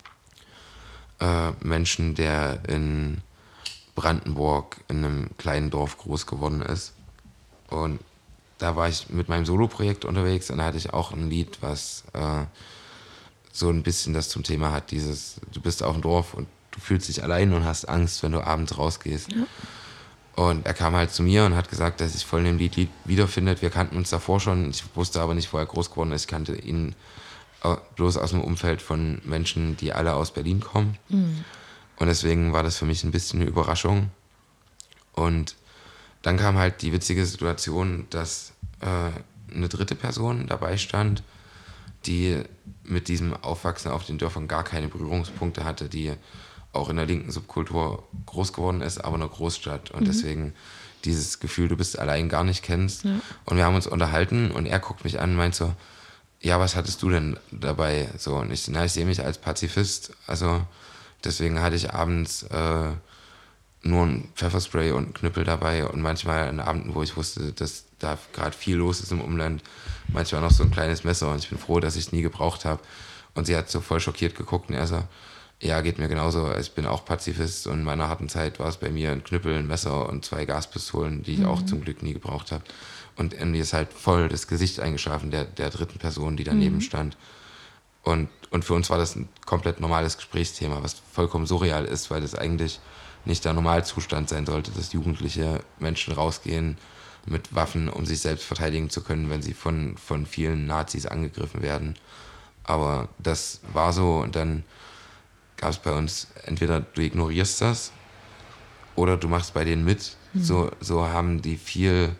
Menschen, der in Brandenburg in einem kleinen Dorf groß geworden ist. Und da war ich mit meinem Soloprojekt unterwegs und da hatte ich auch ein Lied, was so ein bisschen das zum Thema hat, dieses, du bist auf dem Dorf und du fühlst dich allein und hast Angst, wenn du abends rausgehst. Ja. Und er kam halt zu mir und hat gesagt, dass sich voll in dem Lied wiederfindet. Wir kannten uns davor schon, ich wusste aber nicht, wo er groß geworden ist. Ich kannte ihn bloß aus dem Umfeld von Menschen, die alle aus Berlin kommen. Und deswegen war das für mich ein bisschen eine Überraschung. Und dann kam halt die witzige Situation, dass eine dritte Person dabei stand, die mit diesem Aufwachsen auf den Dörfern gar keine Berührungspunkte hatte, die auch in der linken Subkultur groß geworden ist, aber in einer Großstadt. Und deswegen dieses Gefühl, du bist allein, gar nicht kennst. Ja. Und wir haben uns unterhalten und er guckt mich an und meint so, ja, was hattest du denn dabei? So, und ich sehe mich als Pazifist. Also deswegen hatte ich abends nur ein Pfefferspray und einen Knüppel dabei und manchmal an Abenden, wo ich wusste, dass da gerade viel los ist im Umland, manchmal noch so ein kleines Messer und ich bin froh, dass ich es nie gebraucht habe. Und sie hat so voll schockiert geguckt und er so, ja, geht mir genauso, ich bin auch Pazifist und in meiner harten Zeit war es bei mir ein Knüppel, ein Messer und 2 Gaspistolen, die ich auch zum Glück nie gebraucht habe. Und mir ist halt voll das Gesicht eingeschlafen der dritten Person, die daneben stand. Und für uns war das ein komplett normales Gesprächsthema, was vollkommen surreal ist, weil das eigentlich nicht der Normalzustand sein sollte, dass jugendliche Menschen rausgehen mit Waffen, um sich selbst verteidigen zu können, wenn sie von vielen Nazis angegriffen werden. Aber das war so und dann gab es bei uns, entweder du ignorierst das oder du machst bei denen mit. So haben die viel,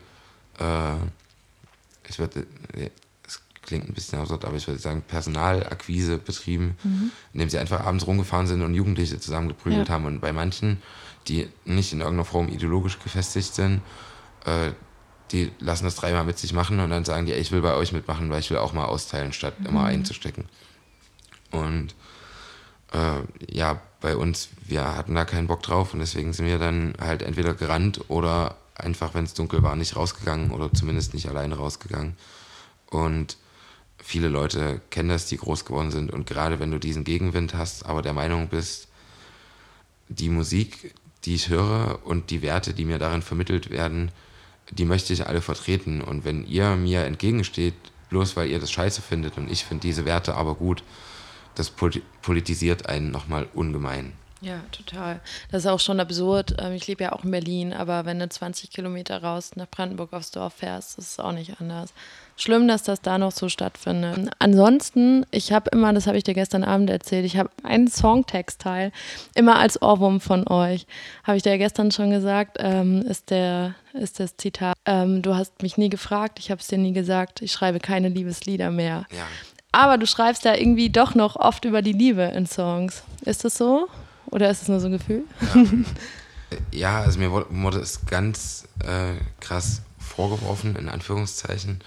es klingt ein bisschen absurd, aber ich würde sagen, Personalakquise betrieben, indem sie einfach abends rumgefahren sind und Jugendliche zusammengeprügelt haben. Und bei manchen, die nicht in irgendeiner Form ideologisch gefestigt sind, die lassen das 3-mal mit sich machen und dann sagen die, ey, ich will bei euch mitmachen, weil ich will auch mal austeilen, statt immer einzustecken. Und ja, bei uns, wir hatten da keinen Bock drauf und deswegen sind wir dann halt entweder gerannt oder einfach, wenn es dunkel war, nicht rausgegangen oder zumindest nicht alleine rausgegangen. Und viele Leute kennen das, die groß geworden sind und gerade wenn du diesen Gegenwind hast, aber der Meinung bist, die Musik, die ich höre und die Werte, die mir darin vermittelt werden, die möchte ich alle vertreten. Und wenn ihr mir entgegensteht, bloß weil ihr das scheiße findet und ich finde diese Werte aber gut, das politisiert einen nochmal ungemein. Ja, total. Das ist auch schon absurd. Ich lebe ja auch in Berlin, aber wenn du 20 Kilometer raus nach Brandenburg aufs Dorf fährst, ist es auch nicht anders. Schlimm, dass das da noch so stattfindet. Ansonsten, ich habe immer, das habe ich dir gestern Abend erzählt, ich habe einen Songtextteil immer als Ohrwurm von euch. Habe ich dir ja gestern schon gesagt, ist das Zitat. Du hast mich nie gefragt, ich habe es dir nie gesagt, ich schreibe keine Liebeslieder mehr. Ja. Aber du schreibst ja irgendwie doch noch oft über die Liebe in Songs. Ist das so? Oder ist es nur so ein Gefühl? Ja, also mir wurde es ganz krass vorgeworfen, in Anführungszeichen.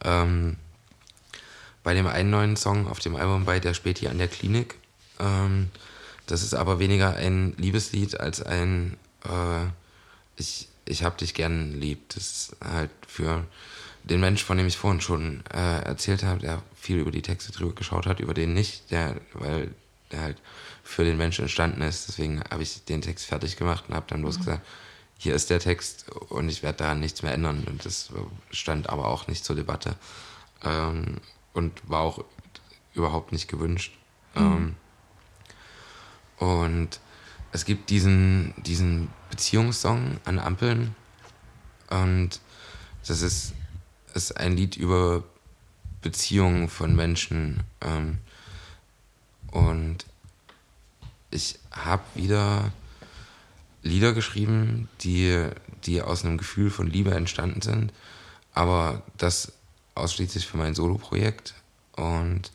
Bei dem einen neuen Song auf dem Album, bei Der Späti an der Klinik. Das ist aber weniger ein Liebeslied als ein Ich hab dich gern lieb. Das ist halt für den Mensch, von dem ich vorhin schon erzählt habe, der viel über die Texte drüber geschaut hat, über den nicht, weil der halt für den Menschen entstanden ist. Deswegen habe ich den Text fertig gemacht und habe dann bloß gesagt, hier ist der Text und ich werde daran nichts mehr ändern. Und das stand aber auch nicht zur Debatte und war auch überhaupt nicht gewünscht. Und es gibt diesen Beziehungssong An Ampeln und das ist ein Lied über Beziehungen von Menschen und ich habe wieder Lieder geschrieben, die aus einem Gefühl von Liebe entstanden sind, aber das ausschließlich für mein Soloprojekt. Und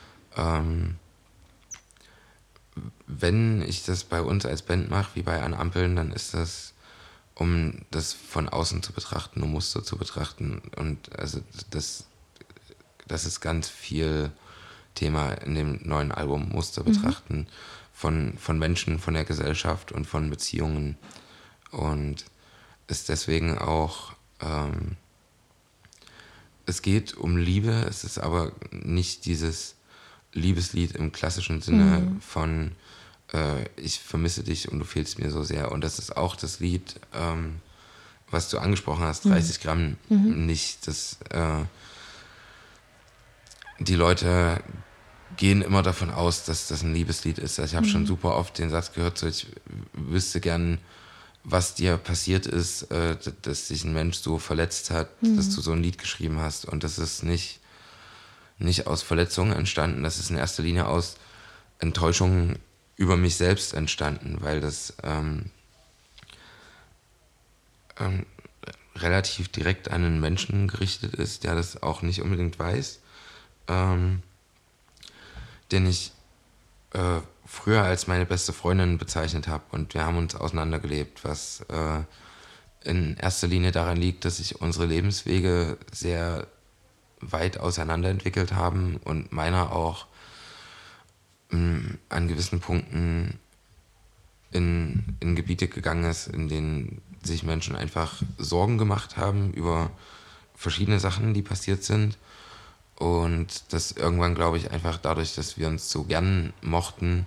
wenn ich das bei uns als Band mache, wie bei An Ampeln, dann ist das, um das von außen zu betrachten, um Muster zu betrachten. Und also das ist ganz viel Thema in dem neuen Album, Muster betrachten. Von Menschen, von der Gesellschaft und von Beziehungen und ist deswegen auch, es geht um Liebe, es ist aber nicht dieses Liebeslied im klassischen Sinne von ich vermisse dich und du fehlst mir so sehr. Und das ist auch das Lied, was du angesprochen hast, 30 Gramm nicht. Die Leute gehen immer davon aus, dass das ein Liebeslied ist. Also ich habe schon super oft den Satz gehört, so ich wüsste gern, was dir passiert ist, dass dich ein Mensch so verletzt hat, dass du so ein Lied geschrieben hast. Und das ist nicht aus Verletzungen entstanden, das ist in erster Linie aus Enttäuschungen über mich selbst entstanden, weil das relativ direkt an einen Menschen gerichtet ist, der das auch nicht unbedingt weiß. Den ich früher als meine beste Freundin bezeichnet habe und wir haben uns auseinandergelebt, was in erster Linie daran liegt, dass sich unsere Lebenswege sehr weit auseinander entwickelt haben und meiner auch an gewissen Punkten in Gebiete gegangen ist, in denen sich Menschen einfach Sorgen gemacht haben über verschiedene Sachen, die passiert sind. Und das irgendwann, glaube ich, einfach dadurch, dass wir uns so gern mochten,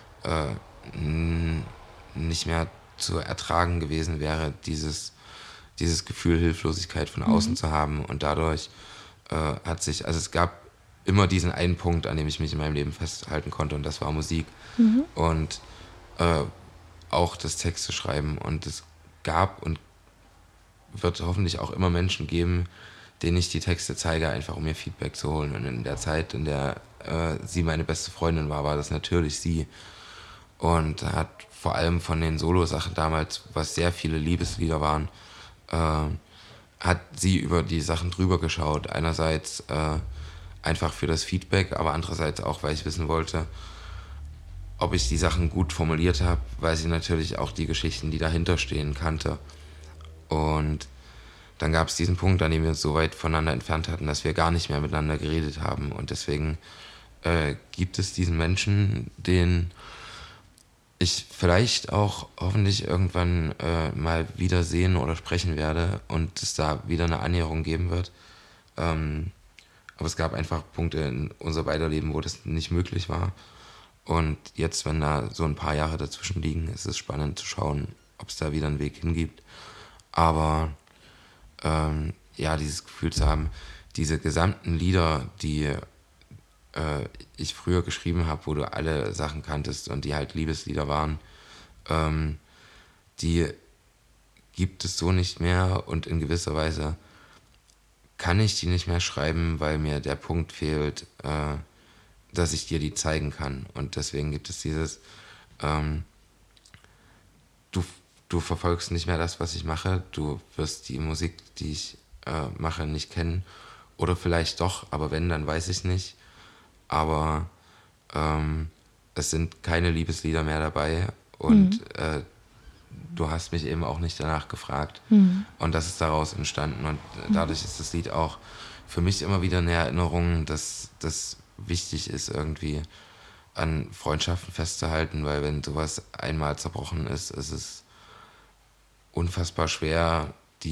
nicht mehr zu ertragen gewesen wäre, dieses Gefühl, Hilflosigkeit von außen zu haben. Und dadurch es gab immer diesen einen Punkt, an dem ich mich in meinem Leben festhalten konnte, und das war Musik. Und auch das Texte schreiben. Und es gab und wird hoffentlich auch immer Menschen geben, denen ich die Texte zeige, einfach um mir Feedback zu holen. Und in der Zeit, in der sie meine beste Freundin war das natürlich sie. Und hat vor allem von den Solo-Sachen damals, was sehr viele Liebeslieder waren, hat sie über die Sachen drüber geschaut. Einerseits einfach für das Feedback, aber andererseits auch, weil ich wissen wollte, ob ich die Sachen gut formuliert habe, weil sie natürlich auch die Geschichten, die dahinter stehen, kannte. Und dann gab es diesen Punkt, an dem wir uns so weit voneinander entfernt hatten, dass wir gar nicht mehr miteinander geredet haben. Und deswegen gibt es diesen Menschen, den ich vielleicht auch hoffentlich irgendwann mal wieder sehen oder sprechen werde und es da wieder eine Annäherung geben wird. Aber es gab einfach Punkte in unser beider Leben, wo das nicht möglich war. Und jetzt, wenn da so ein paar Jahre dazwischen liegen, ist es spannend zu schauen, ob es da wieder einen Weg hingibt. Aber dieses Gefühl zu haben, diese gesamten Lieder, die ich früher geschrieben habe, wo du alle Sachen kanntest und die halt Liebeslieder waren, die gibt es so nicht mehr und in gewisser Weise kann ich die nicht mehr schreiben, weil mir der Punkt fehlt, dass ich dir die zeigen kann. Und deswegen gibt es dieses, du verfolgst nicht mehr das, was ich mache, du wirst die Musik, die ich mache, nicht kennen. Oder vielleicht doch, aber wenn, dann weiß ich nicht. Aber es sind keine Liebeslieder mehr dabei und du hast mich eben auch nicht danach gefragt. Und das ist daraus entstanden. Und dadurch ist das Lied auch für mich immer wieder eine Erinnerung, dass das wichtig ist, irgendwie an Freundschaften festzuhalten, weil wenn sowas einmal zerbrochen ist, ist es unfassbar schwer,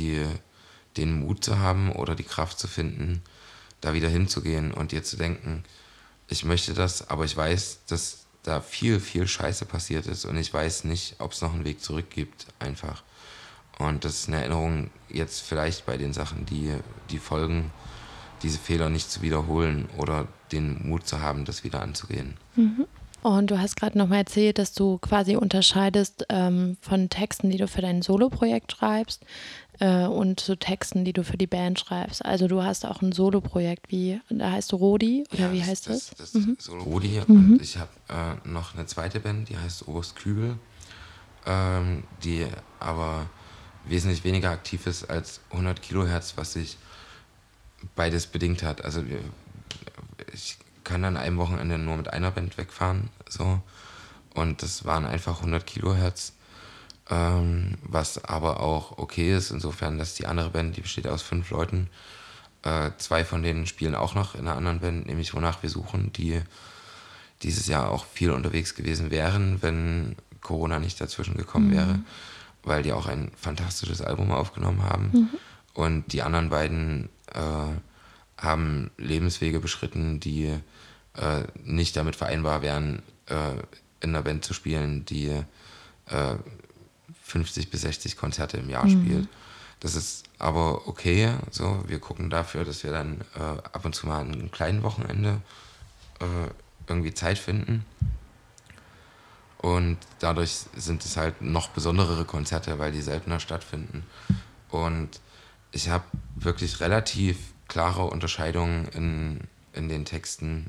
den Mut zu haben oder die Kraft zu finden, da wieder hinzugehen und dir zu denken, ich möchte das, aber ich weiß, dass da viel, viel Scheiße passiert ist und ich weiß nicht, ob es noch einen Weg zurück gibt, einfach. Und das ist eine Erinnerung jetzt vielleicht bei den Sachen, die folgen, diese Fehler nicht zu wiederholen oder den Mut zu haben, das wieder anzugehen. Und du hast gerade nochmal erzählt, dass du quasi unterscheidest von Texten, die du für dein Soloprojekt schreibst und so Texten, die du für die Band schreibst. Also du hast auch ein Soloprojekt, da heißt du Rodi oder wie heißt das? Das ist Solo Rodi und ich habe noch eine zweite Band, die heißt Oberst Kübel, die aber wesentlich weniger aktiv ist als 100 Kilohertz, was sich beides bedingt hat. Also ich kann an einem Wochenende nur mit einer Band wegfahren, so. Und das waren einfach 100 Kilohertz, was aber auch okay ist, insofern, dass die andere Band, die besteht aus 5 Leuten, 2 von denen spielen auch noch in einer anderen Band, nämlich Wonach wir suchen, die dieses Jahr auch viel unterwegs gewesen wären, wenn Corona nicht dazwischen gekommen wäre, weil die auch ein fantastisches Album aufgenommen haben. Und die anderen beiden haben Lebenswege beschritten, die nicht damit vereinbar wären, in einer Band zu spielen, die 50 bis 60 Konzerte im Jahr spielt. Das ist aber okay. So, wir gucken dafür, dass wir dann ab und zu mal an einem kleinen Wochenende irgendwie Zeit finden. Und dadurch sind es halt noch besonderere Konzerte, weil die seltener stattfinden. Und ich habe wirklich relativ klare Unterscheidungen in den Texten.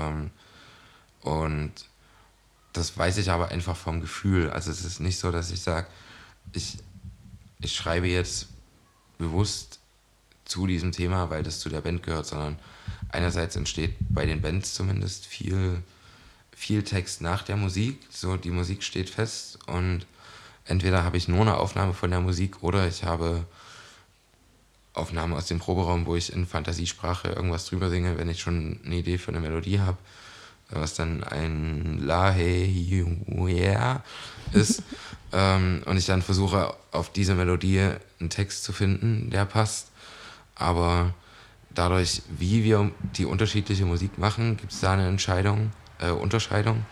Und das weiß ich aber einfach vom Gefühl. Also es ist nicht so, dass ich sage, ich schreibe jetzt bewusst zu diesem Thema, weil das zu der Band gehört, sondern einerseits entsteht bei den Bands zumindest viel Text nach der Musik. So, die Musik steht fest und entweder habe ich nur eine Aufnahme von der Musik oder ich habe Aufnahmen aus dem Proberaum, wo ich in Fantasiesprache irgendwas drüber singe, wenn ich schon eine Idee für eine Melodie habe, was dann ein La Hey Yeah ist. Und ich dann versuche, auf diese Melodie einen Text zu finden, der passt. Aber dadurch, wie wir die unterschiedliche Musik machen, gibt es da eine Unterscheidung.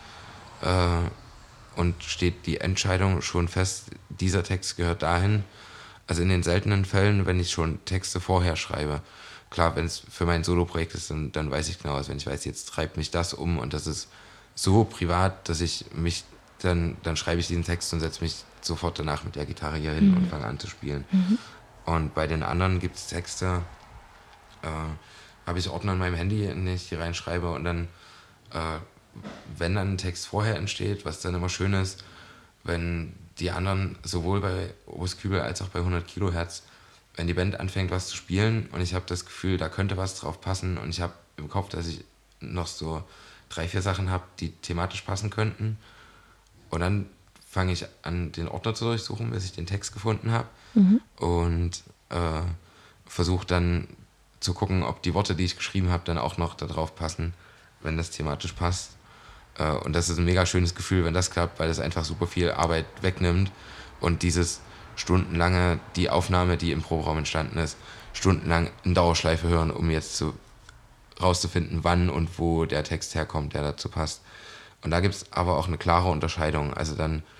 Und steht die Entscheidung schon fest, dieser Text gehört dahin. Also in den seltenen Fällen, wenn ich schon Texte vorher schreibe. Klar, wenn es für mein Soloprojekt ist, dann weiß ich genau, also wenn ich weiß, jetzt treibt mich das um und das ist so privat, dass ich mich, dann schreibe ich diesen Text und setze mich sofort danach mit der Gitarre hier hin und fange an zu spielen. Und bei den anderen gibt es Texte, habe ich Ordner in meinem Handy, in den ich die reinschreibe und dann, wenn dann ein Text vorher entsteht, was dann immer schön ist, wenn die anderen, sowohl bei Oberst Kübel als auch bei 100 Kilohertz, wenn die Band anfängt, was zu spielen und ich habe das Gefühl, da könnte was drauf passen und ich habe im Kopf, dass ich noch so 3, 4 Sachen habe, die thematisch passen könnten und dann fange ich an, den Ordner zu durchsuchen, bis ich den Text gefunden habe und versuche dann zu gucken, ob die Worte, die ich geschrieben habe, dann auch noch da drauf passen, wenn das thematisch passt. Und das ist ein mega schönes Gefühl, wenn das klappt, weil es einfach super viel Arbeit wegnimmt und dieses stundenlange, die Aufnahme, die im Proberaum entstanden ist, stundenlang in Dauerschleife hören, um jetzt rauszufinden, wann und wo der Text herkommt, der dazu passt. Und da gibt es aber auch eine klare Unterscheidung. Also dann,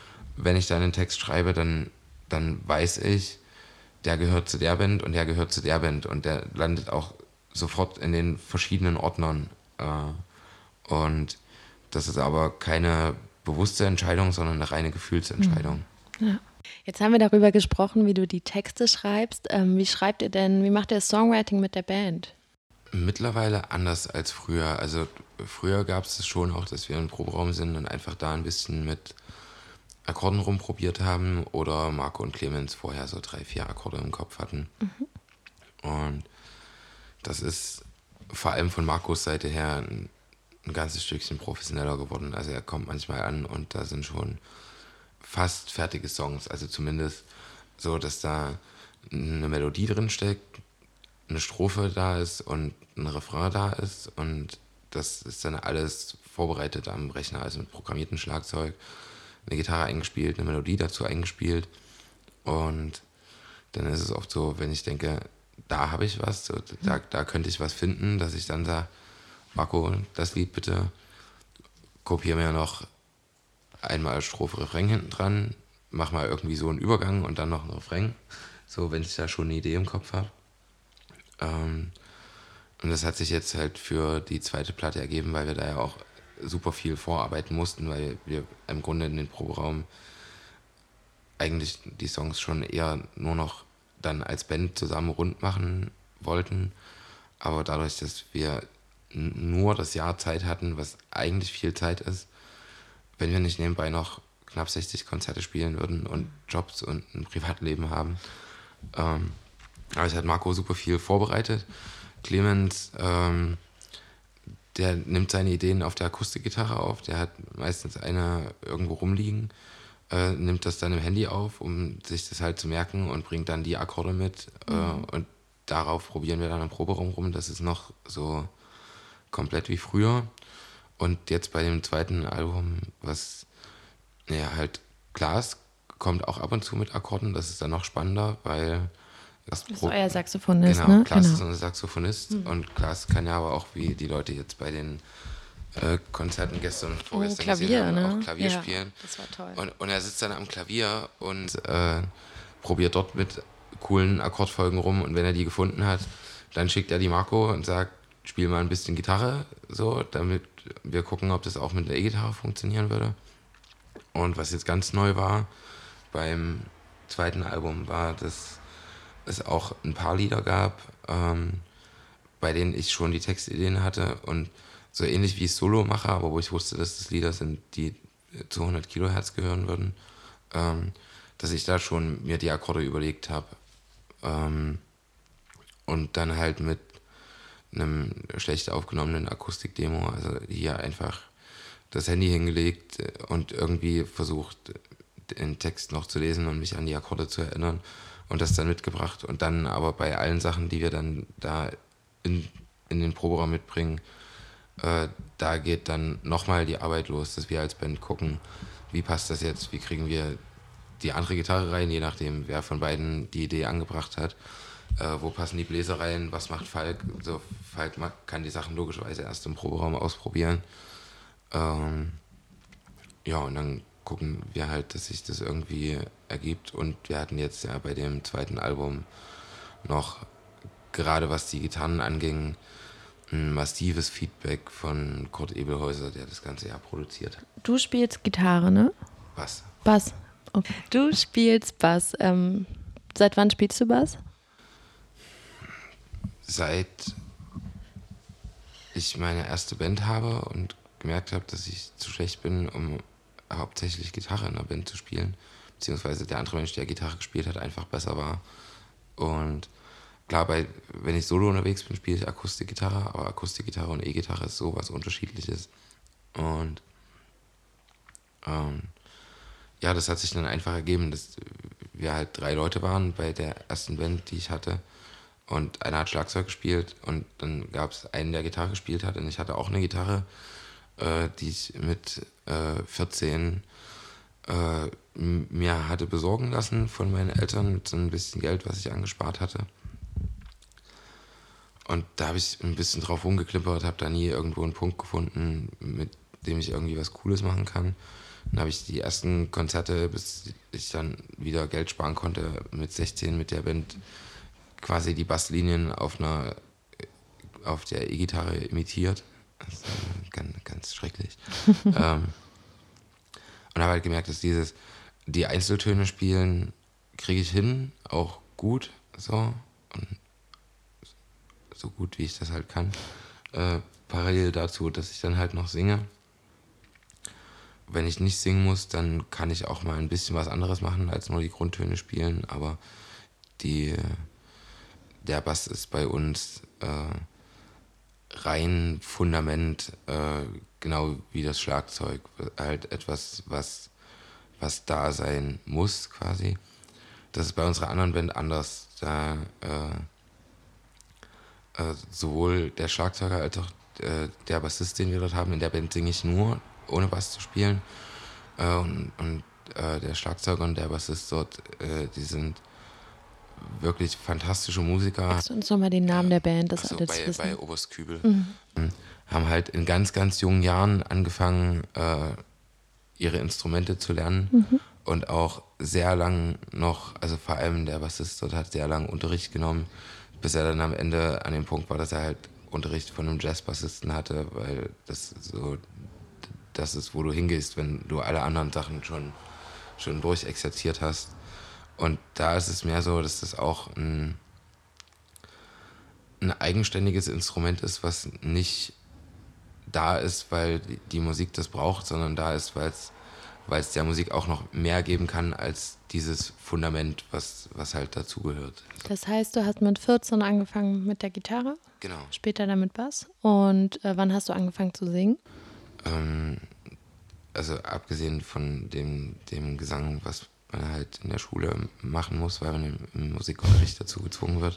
wenn ich dann einen Text schreibe, dann weiß ich, der gehört zu der Band und der gehört zu der Band und der landet auch sofort in den verschiedenen Ordnern. Und das ist aber keine bewusste Entscheidung, sondern eine reine Gefühlsentscheidung. Ja. Jetzt haben wir darüber gesprochen, wie du die Texte schreibst. Wie macht ihr das Songwriting mit der Band? Mittlerweile anders als früher. Also früher gab es schon auch, dass wir im Proberaum sind und einfach da ein bisschen mit Akkorden rumprobiert haben oder Marco und Clemens vorher so 3, 4 Akkorde im Kopf hatten. Und das ist vor allem von Marcos Seite her ein ganzes Stückchen professioneller geworden. Also er kommt manchmal an und da sind schon fast fertige Songs. Also zumindest so, dass da eine Melodie drin steckt, eine Strophe da ist und ein Refrain da ist und das ist dann alles vorbereitet am Rechner, also mit programmiertem Schlagzeug, eine Gitarre eingespielt, eine Melodie dazu eingespielt und dann ist es oft so, wenn ich denke, da habe ich was, so, da könnte ich was finden, dass ich dann sage, Marco, das Lied bitte, kopiere mir noch einmal Strophe, Refrain hinten dran, mach mal irgendwie so einen Übergang und dann noch einen Refrain, so wenn ich da schon eine Idee im Kopf habe. Und das hat sich jetzt halt für die zweite Platte ergeben, weil wir da ja auch super viel vorarbeiten mussten, weil wir im Grunde in den Proberaum eigentlich die Songs schon eher nur noch dann als Band zusammen rund machen wollten. Aber dadurch, dass wir nur das Jahr Zeit hatten, was eigentlich viel Zeit ist, wenn wir nicht nebenbei noch knapp 60 Konzerte spielen würden und Jobs und ein Privatleben haben. Aber es hat Marco super viel vorbereitet. Clemens, der nimmt seine Ideen auf der Akustikgitarre auf. Der hat meistens eine irgendwo rumliegen, nimmt das dann im Handy auf, um sich das halt zu merken und bringt dann die Akkorde mit. Und darauf probieren wir dann im Proberaum rum. Das ist noch so komplett wie früher. Und jetzt bei dem zweiten Album, was ja halt Klaas kommt auch ab und zu mit Akkorden. Das ist dann noch spannender, weil das ist euer Saxophonist, genau, ne? Klaas ist ein Saxophonist und Klaas kann ja aber auch, wie die Leute jetzt bei den Konzerten gestern und vorgestern Klavier, gesehen haben, ne? auch Klavier spielen. Das war toll. Und er sitzt dann am Klavier und probiert dort mit coolen Akkordfolgen rum und wenn er die gefunden hat, dann schickt er die Marco und sagt, spiel mal ein bisschen Gitarre, so, damit wir gucken, ob das auch mit der E-Gitarre funktionieren würde. Und was jetzt ganz neu war beim zweiten Album, war, dass es auch ein paar Lieder gab, bei denen ich schon die Textideen hatte und so ähnlich wie ich Solo mache, aber wo ich wusste, dass das Lieder sind, die zu 100 Kilohertz gehören würden, dass ich da schon mir die Akkorde überlegt habe und dann halt mit einem schlecht aufgenommenen Akustikdemo, also hier einfach das Handy hingelegt und irgendwie versucht, den Text noch zu lesen und mich an die Akkorde zu erinnern und das dann mitgebracht. Und dann aber bei allen Sachen, die wir dann da in den Proberaum mitbringen, da geht dann nochmal die Arbeit los, dass wir als Band gucken, wie passt das jetzt, wie kriegen wir die andere Gitarre rein, je nachdem, wer von beiden die Idee angebracht hat. Wo passen die Bläser rein, was macht Falk? So, Falk kann die Sachen logischerweise erst im Proberaum ausprobieren. Ja, und dann gucken wir halt, dass sich das irgendwie ergibt. Und wir hatten jetzt ja bei dem zweiten Album noch, gerade was die Gitarren anging, ein massives Feedback von Kurt Ebelhäuser, der das ganze Jahr produziert hat. Du spielst Gitarre, ne? Bass. Okay. Du spielst Bass. Seit wann spielst du Bass? Seit ich meine erste Band habe und gemerkt habe, dass ich zu schlecht bin, um hauptsächlich Gitarre in der Band zu spielen, beziehungsweise der andere Mensch, der Gitarre gespielt hat, einfach besser war. Und klar, wenn ich solo unterwegs bin, spiele ich Akustikgitarre, aber Akustikgitarre und E-Gitarre ist sowas Unterschiedliches. Und ja, das hat sich dann einfach ergeben, dass wir halt 3 Leute waren bei der ersten Band, die ich hatte. Und einer hat Schlagzeug gespielt und dann gab es einen, der Gitarre gespielt hat und ich hatte auch eine Gitarre, die ich mit 14 mir hatte besorgen lassen von meinen Eltern mit so ein bisschen Geld, was ich angespart hatte. Und da habe ich ein bisschen drauf rumgeklippert, habe da nie irgendwo einen Punkt gefunden, mit dem ich irgendwie was Cooles machen kann. Dann habe ich die ersten Konzerte, bis ich dann wieder Geld sparen konnte, mit 16 mit der Band quasi die Basslinien auf der E-Gitarre imitiert. Das ist ganz, ganz schrecklich. Und habe halt gemerkt, dass die Einzeltöne spielen, kriege ich hin, auch gut, so. Und so gut, wie ich das halt kann. Parallel dazu, dass ich dann halt noch singe. Wenn ich nicht singen muss, dann kann ich auch mal ein bisschen was anderes machen, als nur die Grundtöne spielen, aber der Bass ist bei uns rein Fundament, genau wie das Schlagzeug. Halt etwas, was da sein muss, quasi. Das ist bei unserer anderen Band anders. Da sowohl der Schlagzeuger als auch der Bassist, den wir dort haben, in der Band singe ich nur, ohne Bass zu spielen. Und der Schlagzeuger und der Bassist dort, die sind wirklich fantastische Musiker. Sagst du uns nochmal den Namen der Band, das alle das wissen? Bei Oberstkübel. Haben halt in ganz, ganz jungen Jahren angefangen, ihre Instrumente zu lernen und auch sehr lang noch, also vor allem der Bassist dort hat sehr lang Unterricht genommen, bis er dann am Ende an dem Punkt war, dass er halt Unterricht von einem Jazzbassisten hatte, weil das ist, wo du hingehst, wenn du alle anderen Sachen schon durchexerziert hast. Und da ist es mehr so, dass das auch ein eigenständiges Instrument ist, was nicht da ist, weil die Musik das braucht, sondern da ist, weil es der Musik auch noch mehr geben kann als dieses Fundament, was halt dazugehört. Das heißt, du hast mit 14 angefangen mit der Gitarre? Genau. Später dann mit Bass. Und wann hast du angefangen zu singen? Also abgesehen von dem Gesang, was man halt in der Schule machen muss, weil man im Musikunterricht dazu gezwungen wird.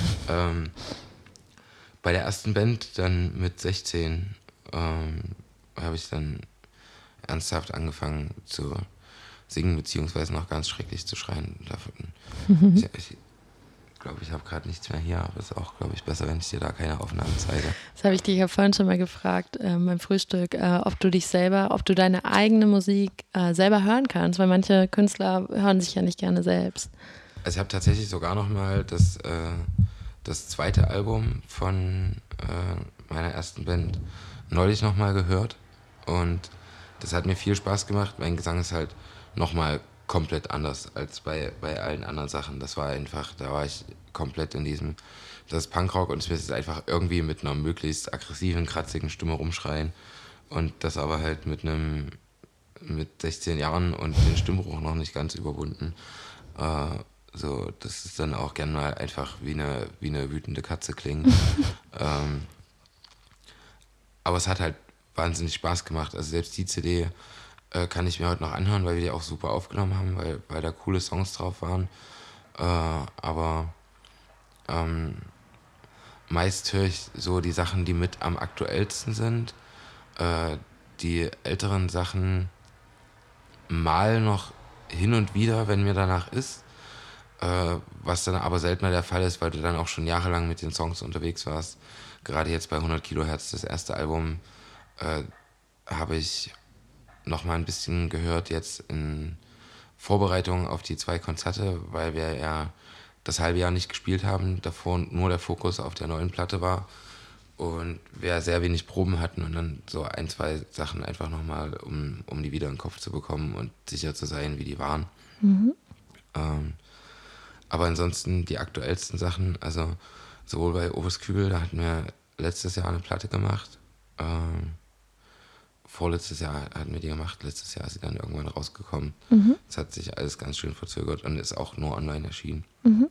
Bei der ersten Band dann mit 16 habe ich dann ernsthaft angefangen zu singen, beziehungsweise noch ganz schrecklich zu schreien. Ich glaube, ich habe gerade nichts mehr hier, aber es ist auch, glaube ich, besser, wenn ich dir da keine Aufnahmen zeige. Das habe ich dich ja vorhin schon mal gefragt beim Frühstück, ob du deine eigene Musik selber hören kannst, weil manche Künstler hören sich ja nicht gerne selbst. Also ich habe tatsächlich sogar noch mal das zweite Album von meiner ersten Band neulich noch mal gehört und das hat mir viel Spaß gemacht. Mein Gesang ist halt noch mal komplett anders als bei allen anderen Sachen. Das war einfach, da war ich komplett in diesem, das ist Punkrock und ich will es einfach irgendwie mit einer möglichst aggressiven, kratzigen Stimme rumschreien und das aber halt mit 16 Jahren und den Stimmbruch noch nicht ganz überwunden. So, dass es dann auch gern mal einfach wie eine wütende Katze klingt. Aber es hat halt wahnsinnig Spaß gemacht. Also selbst die CD kann ich mir heute noch anhören, weil wir die auch super aufgenommen haben, weil da coole Songs drauf waren. Aber meist höre ich so die Sachen, die mit am aktuellsten sind. Die älteren Sachen mal noch hin und wieder, wenn mir danach ist. Was dann aber seltener der Fall ist, weil du dann auch schon jahrelang mit den Songs unterwegs warst. Gerade jetzt bei 100 Kilohertz, das erste Album, habe ich noch mal ein bisschen gehört jetzt in Vorbereitung auf die 2 Konzerte, weil wir ja das halbe Jahr nicht gespielt haben, davor nur der Fokus auf der neuen Platte war und wir sehr wenig Proben hatten und dann so 1, 2 Sachen einfach noch mal, um die wieder in den Kopf zu bekommen und sicher zu sein, wie die waren. Aber ansonsten die aktuellsten Sachen, also sowohl bei Oberstkübel, da hatten wir letztes Jahr eine Platte gemacht, vorletztes Jahr hatten wir die gemacht, letztes Jahr ist sie dann irgendwann rausgekommen. Es hat sich alles ganz schön verzögert und ist auch nur online erschienen.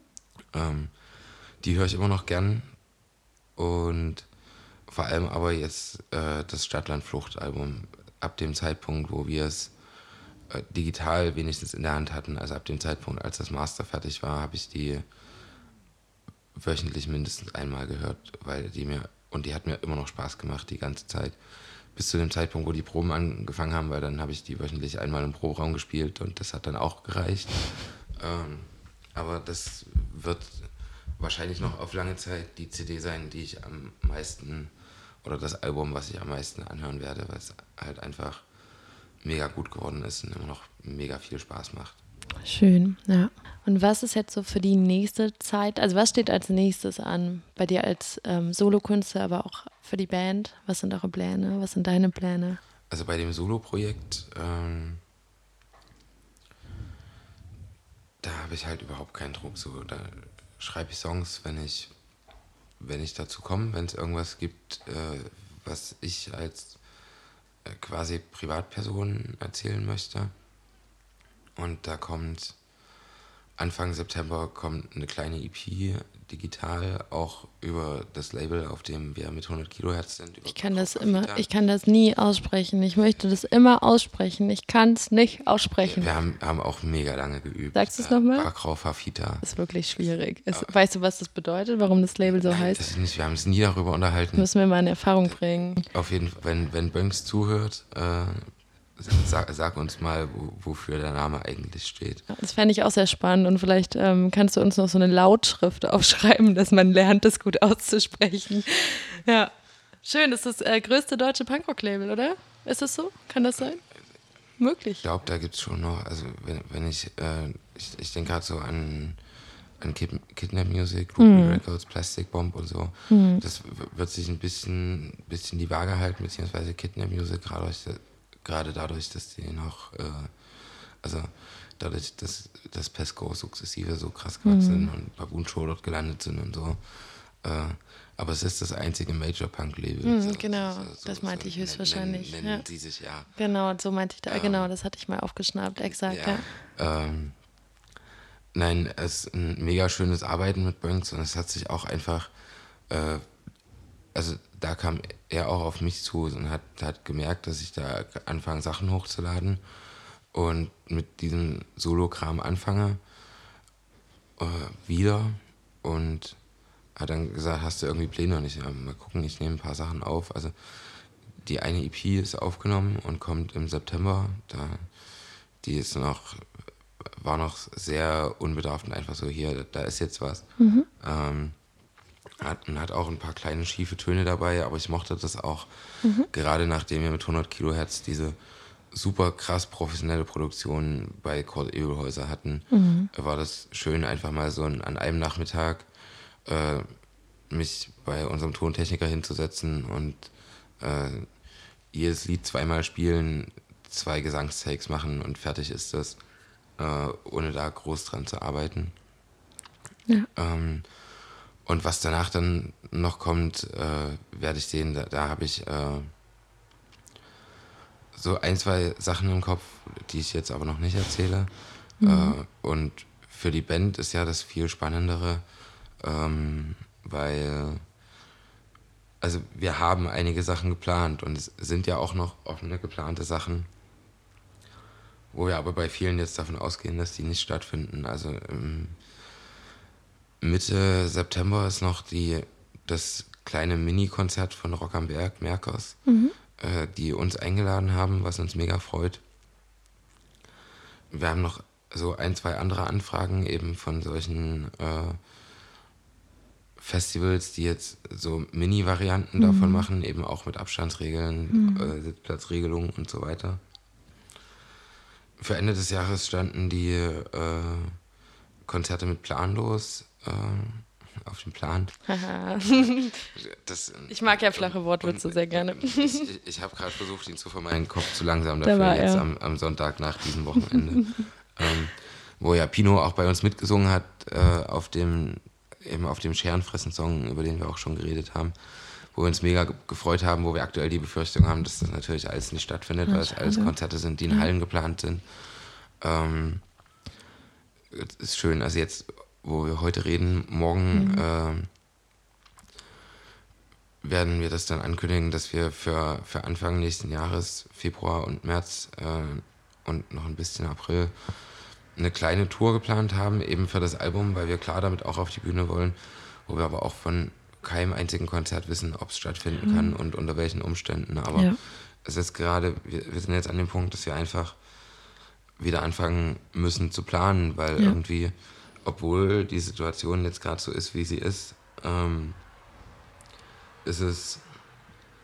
Die höre ich immer noch gern und vor allem aber jetzt das Stadtland-Flucht-Album, ab dem Zeitpunkt, wo wir es digital wenigstens in der Hand hatten, also ab dem Zeitpunkt, als das Master fertig war, habe ich die wöchentlich mindestens einmal gehört, weil die hat mir immer noch Spaß gemacht die ganze Zeit. Bis zu dem Zeitpunkt, wo die Proben angefangen haben, weil dann habe ich die wöchentlich einmal im Proberaum gespielt und das hat dann auch gereicht. Aber das wird wahrscheinlich noch auf lange Zeit die CD sein, die ich am meisten oder das Album, was ich am meisten anhören werde, weil es halt einfach mega gut geworden ist und immer noch mega viel Spaß macht. Schön, ja. Und was ist jetzt so für die nächste Zeit, also was steht als nächstes an bei dir als Solokünstler, aber auch für die Band? Was sind eure Pläne? Was sind deine Pläne? Also bei dem Solo-Projekt, da habe ich halt überhaupt keinen Druck. So, da schreibe ich Songs, wenn ich dazu komme, wenn es irgendwas gibt, was ich als quasi Privatperson erzählen möchte. Und da kommt Anfang September eine kleine EP digital, auch über das Label, auf dem wir mit 100 Kilohertz sind. Ich kann das nie aussprechen. Ich möchte das immer aussprechen. Ich kann es nicht aussprechen. Wir haben auch mega lange geübt. Sagst du es nochmal? Akrauphafita. Das ist wirklich schwierig. Weißt du, was das bedeutet, warum das Label so heißt? Das ist nicht, wir haben es nie darüber unterhalten. Müssen wir mal in Erfahrung bringen. Auf jeden Fall, wenn Bönks zuhört, sag uns mal, wofür der Name eigentlich steht. Das fände ich auch sehr spannend und vielleicht kannst du uns noch so eine Lautschrift aufschreiben, dass man lernt, das gut auszusprechen. Ja, schön. Das ist das größte deutsche Punkrock-Label, oder? Ist das so? Kann das sein? Möglich. Ich glaube, da gibt es schon noch, also wenn ich denke gerade so an Kidnap Music, Ruby Records, Plastic Bomb und so. Das wird sich ein bisschen die Waage halten, beziehungsweise Kidnap Music, gerade dadurch, dass die noch, dadurch, dass Pesco sukzessive so krass gewachsen sind und Baboon Show dort gelandet sind und so. Aber es ist das einzige Major-Punk-Label. Genau, das meinte ich höchstwahrscheinlich. Nennen sie sich, ja. Genau, so meinte ich da. Genau, das hatte ich mal aufgeschnappt, exakt, ja. Nein, es ist ein mega schönes Arbeiten mit Bönks und es hat sich auch einfach, also da kam er auch auf mich zu und hat gemerkt, dass ich da anfange, Sachen hochzuladen und mit diesem Solo-Kram anfange wieder und hat dann gesagt, hast du irgendwie Pläne? Und ich, mal gucken, ich nehme ein paar Sachen auf. Also die eine EP ist aufgenommen und kommt im September. Die ist war noch sehr unbedarft und einfach so, hier, da ist jetzt was. Hat auch ein paar kleine schiefe Töne dabei, aber ich mochte das auch, gerade nachdem wir mit 100 Kilohertz diese super krass professionelle Produktion bei Kurt Eberhäuser hatten, war das schön, einfach mal so an einem Nachmittag mich bei unserem Tontechniker hinzusetzen und jedes Lied zweimal spielen, 2 Gesangstakes machen und fertig ist das, ohne da groß dran zu arbeiten. Ja. Und was danach dann noch kommt, werde ich sehen. Da habe ich so 1, 2 Sachen im Kopf, die ich jetzt aber noch nicht erzähle. Und für die Band ist ja das viel Spannendere, weil also wir haben einige Sachen geplant und es sind ja auch noch offene geplante Sachen, wo wir aber bei vielen jetzt davon ausgehen, dass die nicht stattfinden. Also Mitte September ist noch das kleine Mini-Konzert von Rock am Berg, Merkers, die uns eingeladen haben, was uns mega freut. Wir haben noch so 1, 2 andere Anfragen eben von solchen Festivals, die jetzt so Mini-Varianten davon machen, eben auch mit Abstandsregeln, Sitzplatzregelungen und so weiter. Für Ende des Jahres standen die Konzerte mit Planlos auf dem Plan. Ich mag ja flache Wortwitze sehr gerne. Ich habe gerade versucht, ihn zu vermeiden, Kopf zu langsam dafür jetzt am Sonntag nach diesem Wochenende. Wo ja Pino auch bei uns mitgesungen hat, auf dem Scherenfressen-Song, über den wir auch schon geredet haben, wo wir uns mega gefreut haben, wo wir aktuell die Befürchtung haben, dass das natürlich alles nicht stattfindet, weil es alles Konzerte sind, die in Hallen geplant sind. Ist schön, also jetzt, wo wir heute reden, morgen werden wir das dann ankündigen, dass wir für Anfang nächsten Jahres, Februar und März und noch ein bisschen April, eine kleine Tour geplant haben, eben für das Album, weil wir klar damit auch auf die Bühne wollen, wo wir aber auch von keinem einzigen Konzert wissen, ob es stattfinden kann und unter welchen Umständen. Aber es ist gerade, wir sind jetzt an dem Punkt, dass wir einfach wieder anfangen müssen zu planen, weil irgendwie, obwohl die Situation jetzt gerade so ist, wie sie ist es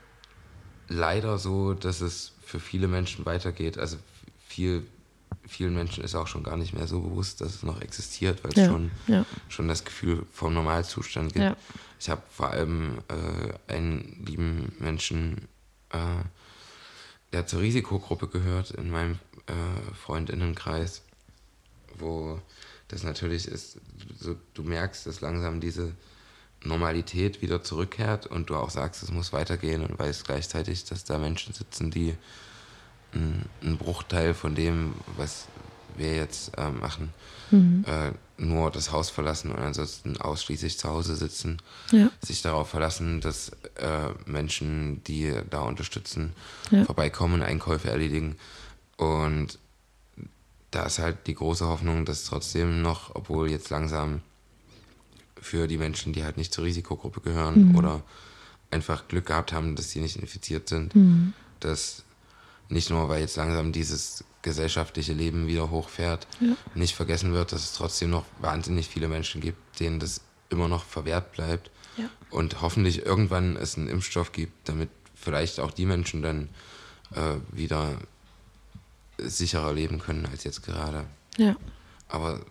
leider so, dass es für viele Menschen weitergeht. Also vielen Menschen ist auch schon gar nicht mehr so bewusst, dass es noch existiert, weil es schon das Gefühl vom Normalzustand gibt. Ja. Ich habe vor allem einen lieben Menschen, der zur Risikogruppe gehört in meinem Freundinnenkreis, wo das natürlich ist, so, du merkst, dass langsam diese Normalität wieder zurückkehrt und du auch sagst, es muss weitergehen und weißt gleichzeitig, dass da Menschen sitzen, die einen Bruchteil von dem, was wir jetzt machen, nur das Haus verlassen und ansonsten ausschließlich zu Hause sitzen, sich darauf verlassen, dass Menschen, die da unterstützen, vorbeikommen, Einkäufe erledigen. Und da ist halt die große Hoffnung, dass trotzdem noch, obwohl jetzt langsam für die Menschen, die halt nicht zur Risikogruppe gehören oder einfach Glück gehabt haben, dass sie nicht infiziert sind, dass nicht nur, weil jetzt langsam dieses gesellschaftliche Leben wieder hochfährt, nicht vergessen wird, dass es trotzdem noch wahnsinnig viele Menschen gibt, denen das immer noch verwehrt bleibt und hoffentlich irgendwann es einen Impfstoff gibt, damit vielleicht auch die Menschen dann wieder sicherer leben können als jetzt gerade. Ja. Aber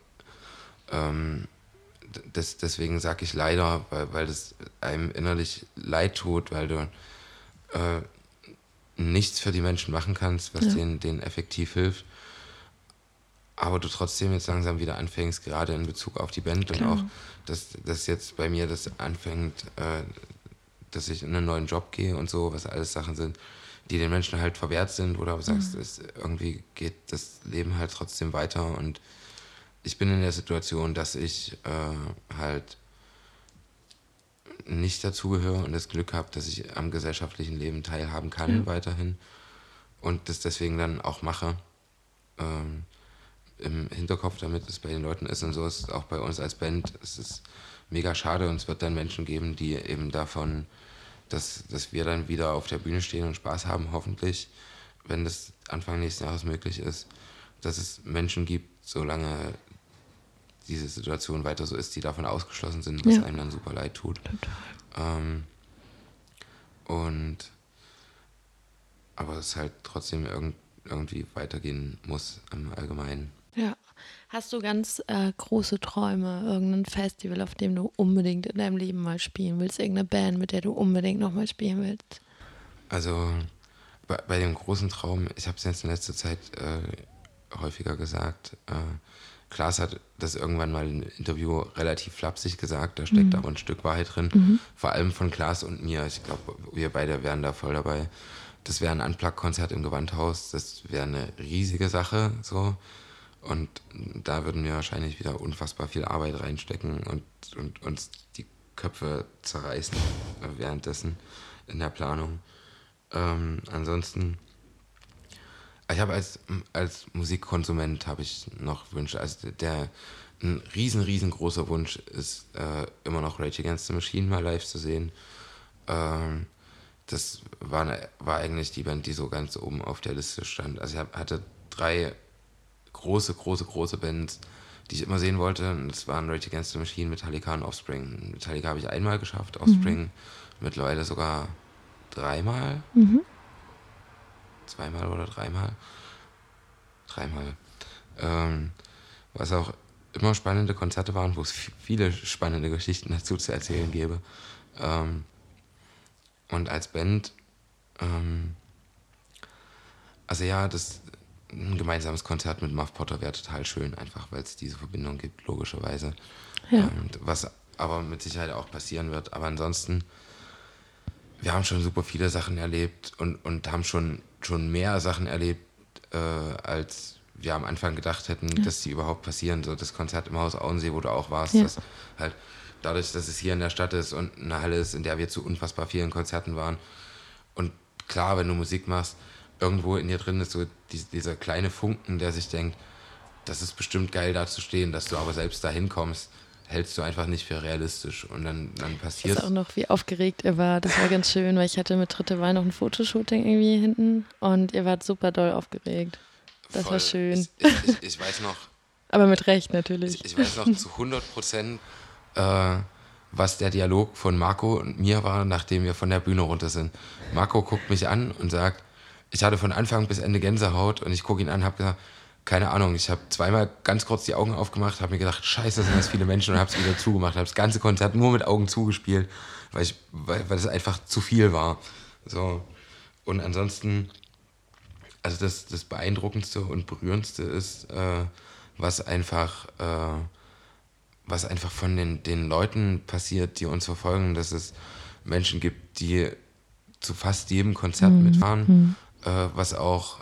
deswegen sage ich leider, weil das einem innerlich leid tut, weil du nichts für die Menschen machen kannst, was denen effektiv hilft. Aber du trotzdem jetzt langsam wieder anfängst, gerade in Bezug auf die Band und auch, dass jetzt bei mir das anfängt, dass ich in einen neuen Job gehe und so, was alles Sachen sind, die den Menschen halt verwehrt sind, wo du aber sagst, irgendwie geht das Leben halt trotzdem weiter und ich bin in der Situation, dass ich halt nicht dazugehöre und das Glück habe, dass ich am gesellschaftlichen Leben teilhaben kann weiterhin und das deswegen dann auch mache. Im Hinterkopf, damit es bei den Leuten ist und so ist es auch bei uns als Band. Es ist mega schade und es wird dann Menschen geben, die eben davon, dass wir dann wieder auf der Bühne stehen und Spaß haben, hoffentlich, wenn das Anfang nächsten Jahres möglich ist, dass es Menschen gibt, solange diese Situation weiter so ist, die davon ausgeschlossen sind, was einem dann super leid tut. Aber es halt trotzdem irgendwie weitergehen muss im Allgemeinen. Ja. Hast du ganz große Träume, irgendein Festival, auf dem du unbedingt in deinem Leben mal spielen willst, irgendeine Band, mit der du unbedingt nochmal spielen willst? Also bei dem großen Traum, ich habe es jetzt in letzter Zeit häufiger gesagt, Klaas hat das irgendwann mal im Interview relativ flapsig gesagt, da steckt aber ein Stück Wahrheit drin, vor allem von Klaas und mir. Ich glaube, wir beide wären da voll dabei. Das wäre ein Unplugged-Konzert im Gewandhaus, das wäre eine riesige Sache, so. Und da würden wir wahrscheinlich wieder unfassbar viel Arbeit reinstecken und uns die Köpfe zerreißen währenddessen in der Planung. Ansonsten, ich habe als Musikkonsument habe ich noch Wünsche. Also ein riesengroßer Wunsch ist immer noch Rage Against the Machine mal live zu sehen. Das war eigentlich die Band, die so ganz oben auf der Liste stand. Also ich hatte 3 große Bands, die ich immer sehen wollte. Und das waren Rage Against the Machine, Metallica und Offspring. Metallica habe ich einmal geschafft, Offspring mittlerweile sogar 3-mal. 2-mal oder 3-mal. 3-mal. Was auch immer spannende Konzerte waren, wo es viele spannende Geschichten dazu zu erzählen gäbe. Und als Band, ein gemeinsames Konzert mit Muff Potter wäre total schön, einfach weil es diese Verbindung gibt, logischerweise. Ja. Was aber mit Sicherheit auch passieren wird. Aber ansonsten, wir haben schon super viele Sachen erlebt und haben schon mehr Sachen erlebt, als wir am Anfang gedacht hätten, dass die überhaupt passieren. So das Konzert im Haus Auensee, wo du auch warst, das halt dadurch, dass es hier in der Stadt ist und eine Halle ist, in der wir zu unfassbar vielen Konzerten waren. Und klar, wenn du Musik machst, irgendwo in dir drin ist so dieser kleine Funken, der sich denkt, das ist bestimmt geil, da zu stehen, dass du aber selbst da hinkommst, hältst du einfach nicht für realistisch. Und dann passiert es. Ich weiß auch noch, wie aufgeregt ihr war. Das war ganz schön, weil ich hatte mit Dritte Wahl noch ein Fotoshooting irgendwie hinten und ihr wart super doll aufgeregt. Das war schön. Ich weiß noch. Aber mit Recht natürlich. Ich weiß noch zu 100%, was der Dialog von Marco und mir war, nachdem wir von der Bühne runter sind. Marco guckt mich an und sagt, ich hatte von Anfang bis Ende Gänsehaut und ich gucke ihn an und habe gesagt, keine Ahnung, ich habe zweimal ganz kurz die Augen aufgemacht, habe mir gedacht, scheiße, sind das viele Menschen und habe es wieder zugemacht, habe das ganze Konzert nur mit Augen zugespielt, weil das einfach zu viel war. So. Und ansonsten, also das Beeindruckendste und Berührendste ist, was einfach von den Leuten passiert, die uns verfolgen, dass es Menschen gibt, die zu fast jedem Konzert mitfahren, was auch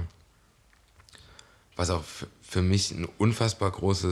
für mich eine unfassbar große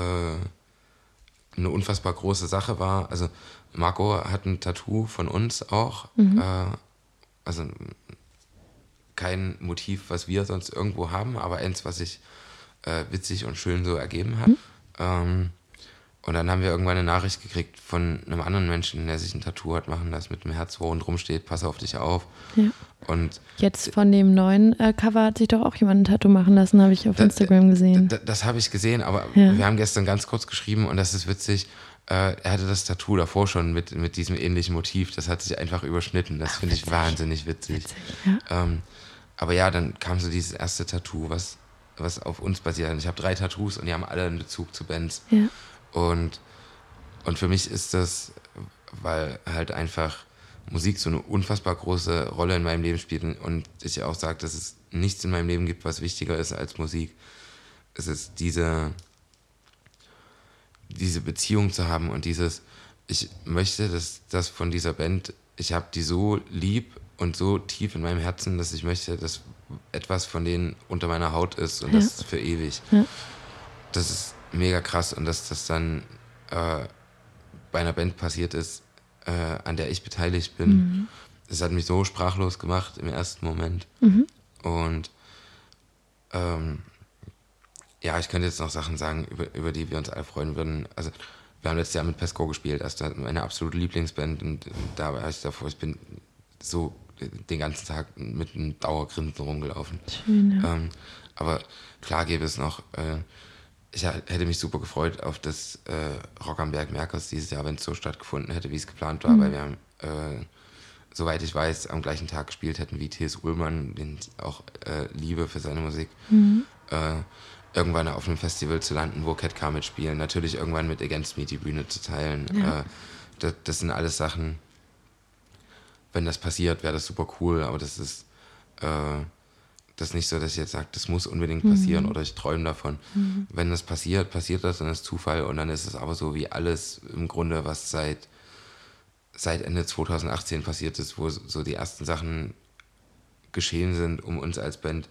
Sache war. Also Marco hat ein Tattoo von uns auch, also kein Motiv, was wir sonst irgendwo haben, aber eins, was sich witzig und schön so ergeben hat. Und dann haben wir irgendwann eine Nachricht gekriegt von einem anderen Menschen, der sich ein Tattoo hat machen lassen mit einem Herz, wo unten drum steht, pass auf dich auf. Ja. Und jetzt von dem neuen Cover hat sich doch auch jemand ein Tattoo machen lassen, habe ich auf Instagram gesehen. Das habe ich gesehen, aber wir haben gestern ganz kurz geschrieben und das ist witzig, er hatte das Tattoo davor schon mit diesem ähnlichen Motiv, das hat sich einfach überschnitten, das finde ich wahnsinnig witzig. Ja. Aber ja, dann kam so dieses erste Tattoo, was auf uns basiert. Und ich habe 3 Tattoos und die haben alle einen Bezug zu Bands. Ja. Und für mich ist das, weil halt einfach Musik so eine unfassbar große Rolle in meinem Leben spielt und ich auch sage, dass es nichts in meinem Leben gibt, was wichtiger ist als Musik. Es ist diese Beziehung zu haben und ich möchte, dass das von dieser Band, ich habe die so lieb und so tief in meinem Herzen, dass ich möchte, dass etwas von denen unter meiner Haut ist und das ist für ewig. Ja. Das ist mega krass und dass das dann bei einer Band passiert ist, an der ich beteiligt bin. Das hat mich so sprachlos gemacht im ersten Moment. Und ja, ich könnte jetzt noch Sachen sagen, über die wir uns alle freuen würden. Also wir haben letztes Jahr mit Pesco gespielt, das ist meine absolute Lieblingsband und da war ich davor, ich bin so den ganzen Tag mit einem Dauergrinsen rumgelaufen. Schön, ja. Aber klar gäbe es noch, ich hätte mich super gefreut auf das Rock am Berg Merkers dieses Jahr, wenn es so stattgefunden hätte, wie es geplant war, weil wir haben, soweit ich weiß, am gleichen Tag gespielt hätten wie T.S. Ullmann, den ich auch liebe für seine Musik. Irgendwann auf einem Festival zu landen, wo Cat Car mitspielen, natürlich irgendwann mit Against Me die Bühne zu teilen. Ja. Das sind alles Sachen, wenn das passiert, wäre das super cool, aber das ist nicht so, dass ich jetzt sage, das muss unbedingt passieren oder ich träume davon. Wenn das passiert, passiert das, dann ist Zufall und dann ist es aber so wie alles im Grunde, was seit Ende 2018 passiert ist, wo so die ersten Sachen geschehen sind, um uns als Band,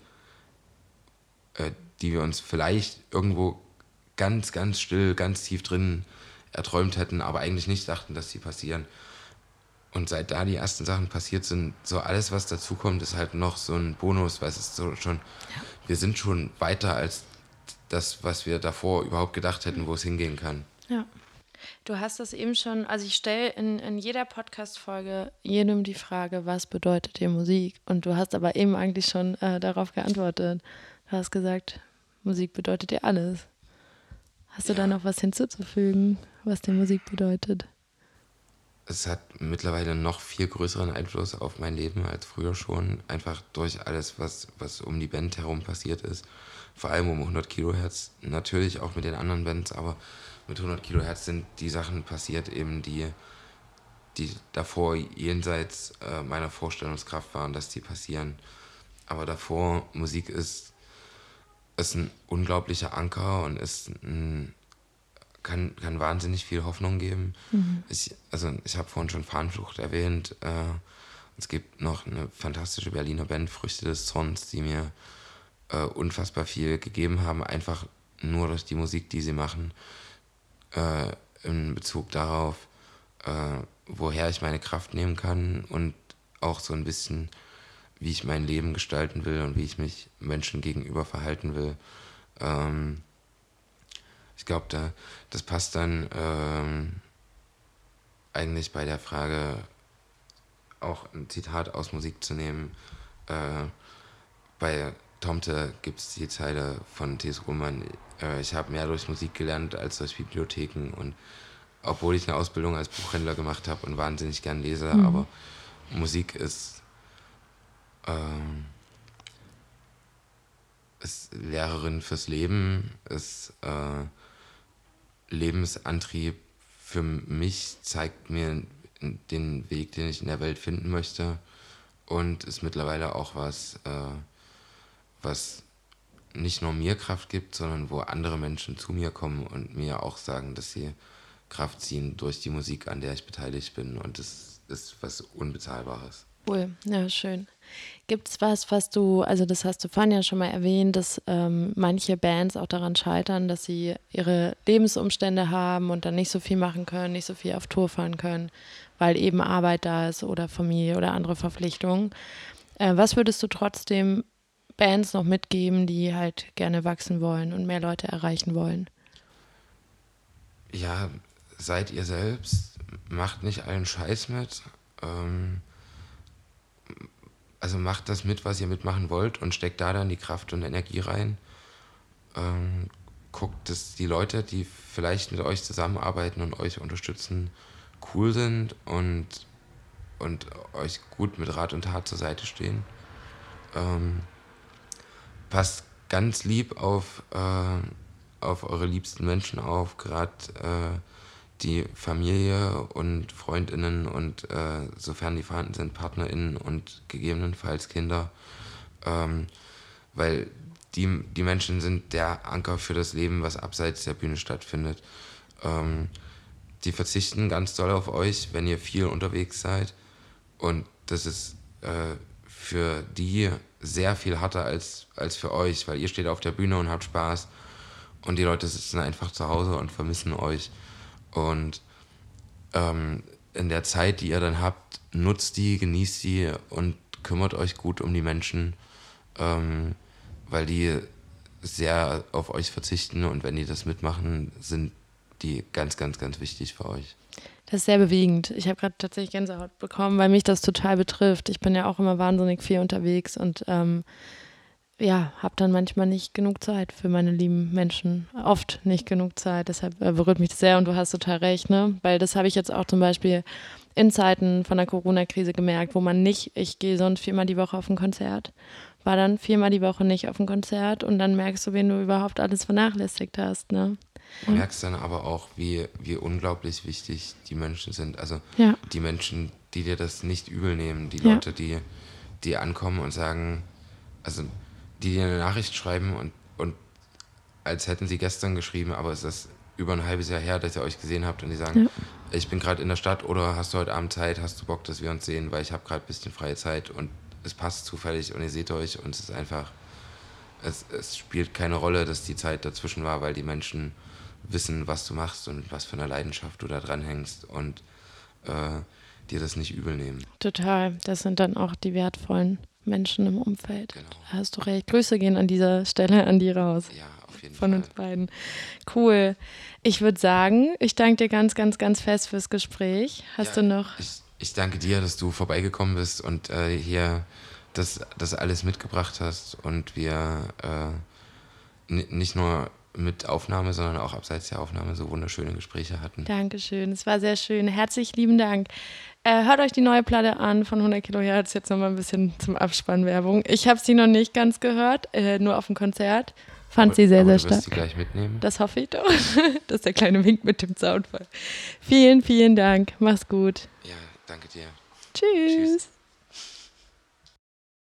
die wir uns vielleicht irgendwo ganz, ganz still, ganz tief drin erträumt hätten, aber eigentlich nicht dachten, dass sie passieren. Und seit da die ersten Sachen passiert sind, so alles, was dazukommt, ist halt noch so ein Bonus, weil es ist so schon, wir sind schon weiter als das, was wir davor überhaupt gedacht hätten, wo es hingehen kann. Ja. Du hast das eben schon, also ich stelle in jeder Podcast-Folge jedem die Frage, was bedeutet dir Musik? Und du hast aber eben eigentlich schon darauf geantwortet. Du hast gesagt, Musik bedeutet dir alles. Hast du da noch was hinzuzufügen, was dir Musik bedeutet? Es hat mittlerweile noch viel größeren Einfluss auf mein Leben als früher schon. Einfach durch alles, was um die Band herum passiert ist. Vor allem um 100 Kilohertz. Natürlich auch mit den anderen Bands, aber mit 100 Kilohertz sind die Sachen passiert, eben die davor jenseits meiner Vorstellungskraft waren, dass die passieren. Aber davor, Musik ist ein unglaublicher Anker und kann wahnsinnig viel Hoffnung geben. Ich habe vorhin schon Fahnenflucht erwähnt. Es gibt noch eine fantastische Berliner Band, Früchte des Zorns, die mir unfassbar viel gegeben haben, einfach nur durch die Musik, die sie machen, in Bezug darauf, woher ich meine Kraft nehmen kann und auch so ein bisschen, wie ich mein Leben gestalten will und wie ich mich Menschen gegenüber verhalten will. Ich glaube, das passt dann eigentlich bei der Frage, auch ein Zitat aus Musik zu nehmen. Bei Tomte gibt es die Zeile von T.S. Ullmann, ich habe mehr durch Musik gelernt als durch Bibliotheken und obwohl ich eine Ausbildung als Buchhändler gemacht habe und wahnsinnig gern lese, aber Musik ist Lehrerin fürs Leben, ist Lebensantrieb für mich, zeigt mir den Weg, den ich in der Welt finden möchte, und ist mittlerweile auch was nicht nur mir Kraft gibt, sondern wo andere Menschen zu mir kommen und mir auch sagen, dass sie Kraft ziehen durch die Musik, an der ich beteiligt bin, und das ist was Unbezahlbares. Cool, ja, schön. Gibt es was du, also das hast du vorhin ja schon mal erwähnt, dass manche Bands auch daran scheitern, dass sie ihre Lebensumstände haben und dann nicht so viel machen können, nicht so viel auf Tour fahren können, weil eben Arbeit da ist oder Familie oder andere Verpflichtungen. Was würdest du trotzdem Bands noch mitgeben, die halt gerne wachsen wollen und mehr Leute erreichen wollen? Ja, seid ihr selbst, macht nicht allen Scheiß mit. Also macht das mit, was ihr mitmachen wollt, und steckt da dann die Kraft und Energie rein. Guckt, dass die Leute, die vielleicht mit euch zusammenarbeiten und euch unterstützen, cool sind und euch gut mit Rat und Tat zur Seite stehen. Passt ganz lieb auf eure liebsten Menschen auf, gerade die Familie und FreundInnen und sofern die vorhanden sind, PartnerInnen und gegebenenfalls Kinder, weil die Menschen sind der Anker für das Leben, was abseits der Bühne stattfindet. Die verzichten ganz doll auf euch, wenn ihr viel unterwegs seid, und das ist für die sehr viel härter als für euch, weil ihr steht auf der Bühne und habt Spaß und die Leute sitzen einfach zu Hause und vermissen euch. Und in der Zeit, die ihr dann habt, nutzt die, genießt die und kümmert euch gut um die Menschen, weil die sehr auf euch verzichten, und wenn die das mitmachen, sind die ganz, ganz, ganz wichtig für euch. Das ist sehr bewegend. Ich habe gerade tatsächlich Gänsehaut bekommen, weil mich das total betrifft. Ich bin ja auch immer wahnsinnig viel unterwegs und habe dann manchmal nicht genug Zeit für meine lieben Menschen. Oft nicht genug Zeit, deshalb berührt mich das sehr, und du hast total recht, ne? Weil das habe ich jetzt auch zum Beispiel in Zeiten von der Corona-Krise gemerkt, wo man nicht, ich gehe sonst 4-mal die Woche auf ein Konzert, war dann 4-mal die Woche nicht auf ein Konzert, und dann merkst du, wen du überhaupt alles vernachlässigt hast, ne? Du merkst dann aber auch, wie unglaublich wichtig die Menschen sind. Also die Menschen, die dir das nicht übel nehmen, die Leute, die ankommen und sagen, also die dir eine Nachricht schreiben und als hätten sie gestern geschrieben, aber es ist über ein halbes Jahr her, dass ihr euch gesehen habt, und die sagen, ich bin gerade in der Stadt, oder hast du heute Abend Zeit, hast du Bock, dass wir uns sehen, weil ich habe gerade ein bisschen freie Zeit und es passt zufällig und ihr seht euch, und es ist einfach, es spielt keine Rolle, dass die Zeit dazwischen war, weil die Menschen wissen, was du machst und was für eine Leidenschaft du da dran hängst und dir das nicht übel nehmen. Total, das sind dann auch die wertvollen Menschen im Umfeld. Genau. Da hast du recht. Grüße gehen an dieser Stelle an die raus. Ja, auf jeden Von Fall. uns beiden. Cool. Ich würde sagen, ich danke dir ganz, ganz, ganz fest fürs Gespräch. Hast du noch... Ich danke dir, dass du vorbeigekommen bist und hier das alles mitgebracht hast, und wir nicht nur mit Aufnahme, sondern auch abseits der Aufnahme so wunderschöne Gespräche hatten. Dankeschön, es war sehr schön. Herzlich lieben Dank. Hört euch die neue Platte an von 100 Kilohertz, jetzt nochmal ein bisschen zum Abspann Werbung. Ich habe sie noch nicht ganz gehört, nur auf dem Konzert. Fand sie sehr, sehr stark. Du wirst sie gleich mitnehmen? Das hoffe ich doch. Das ist der kleine Wink mit dem Soundfall. Vielen, vielen Dank. Mach's gut. Ja, danke dir. Tschüss.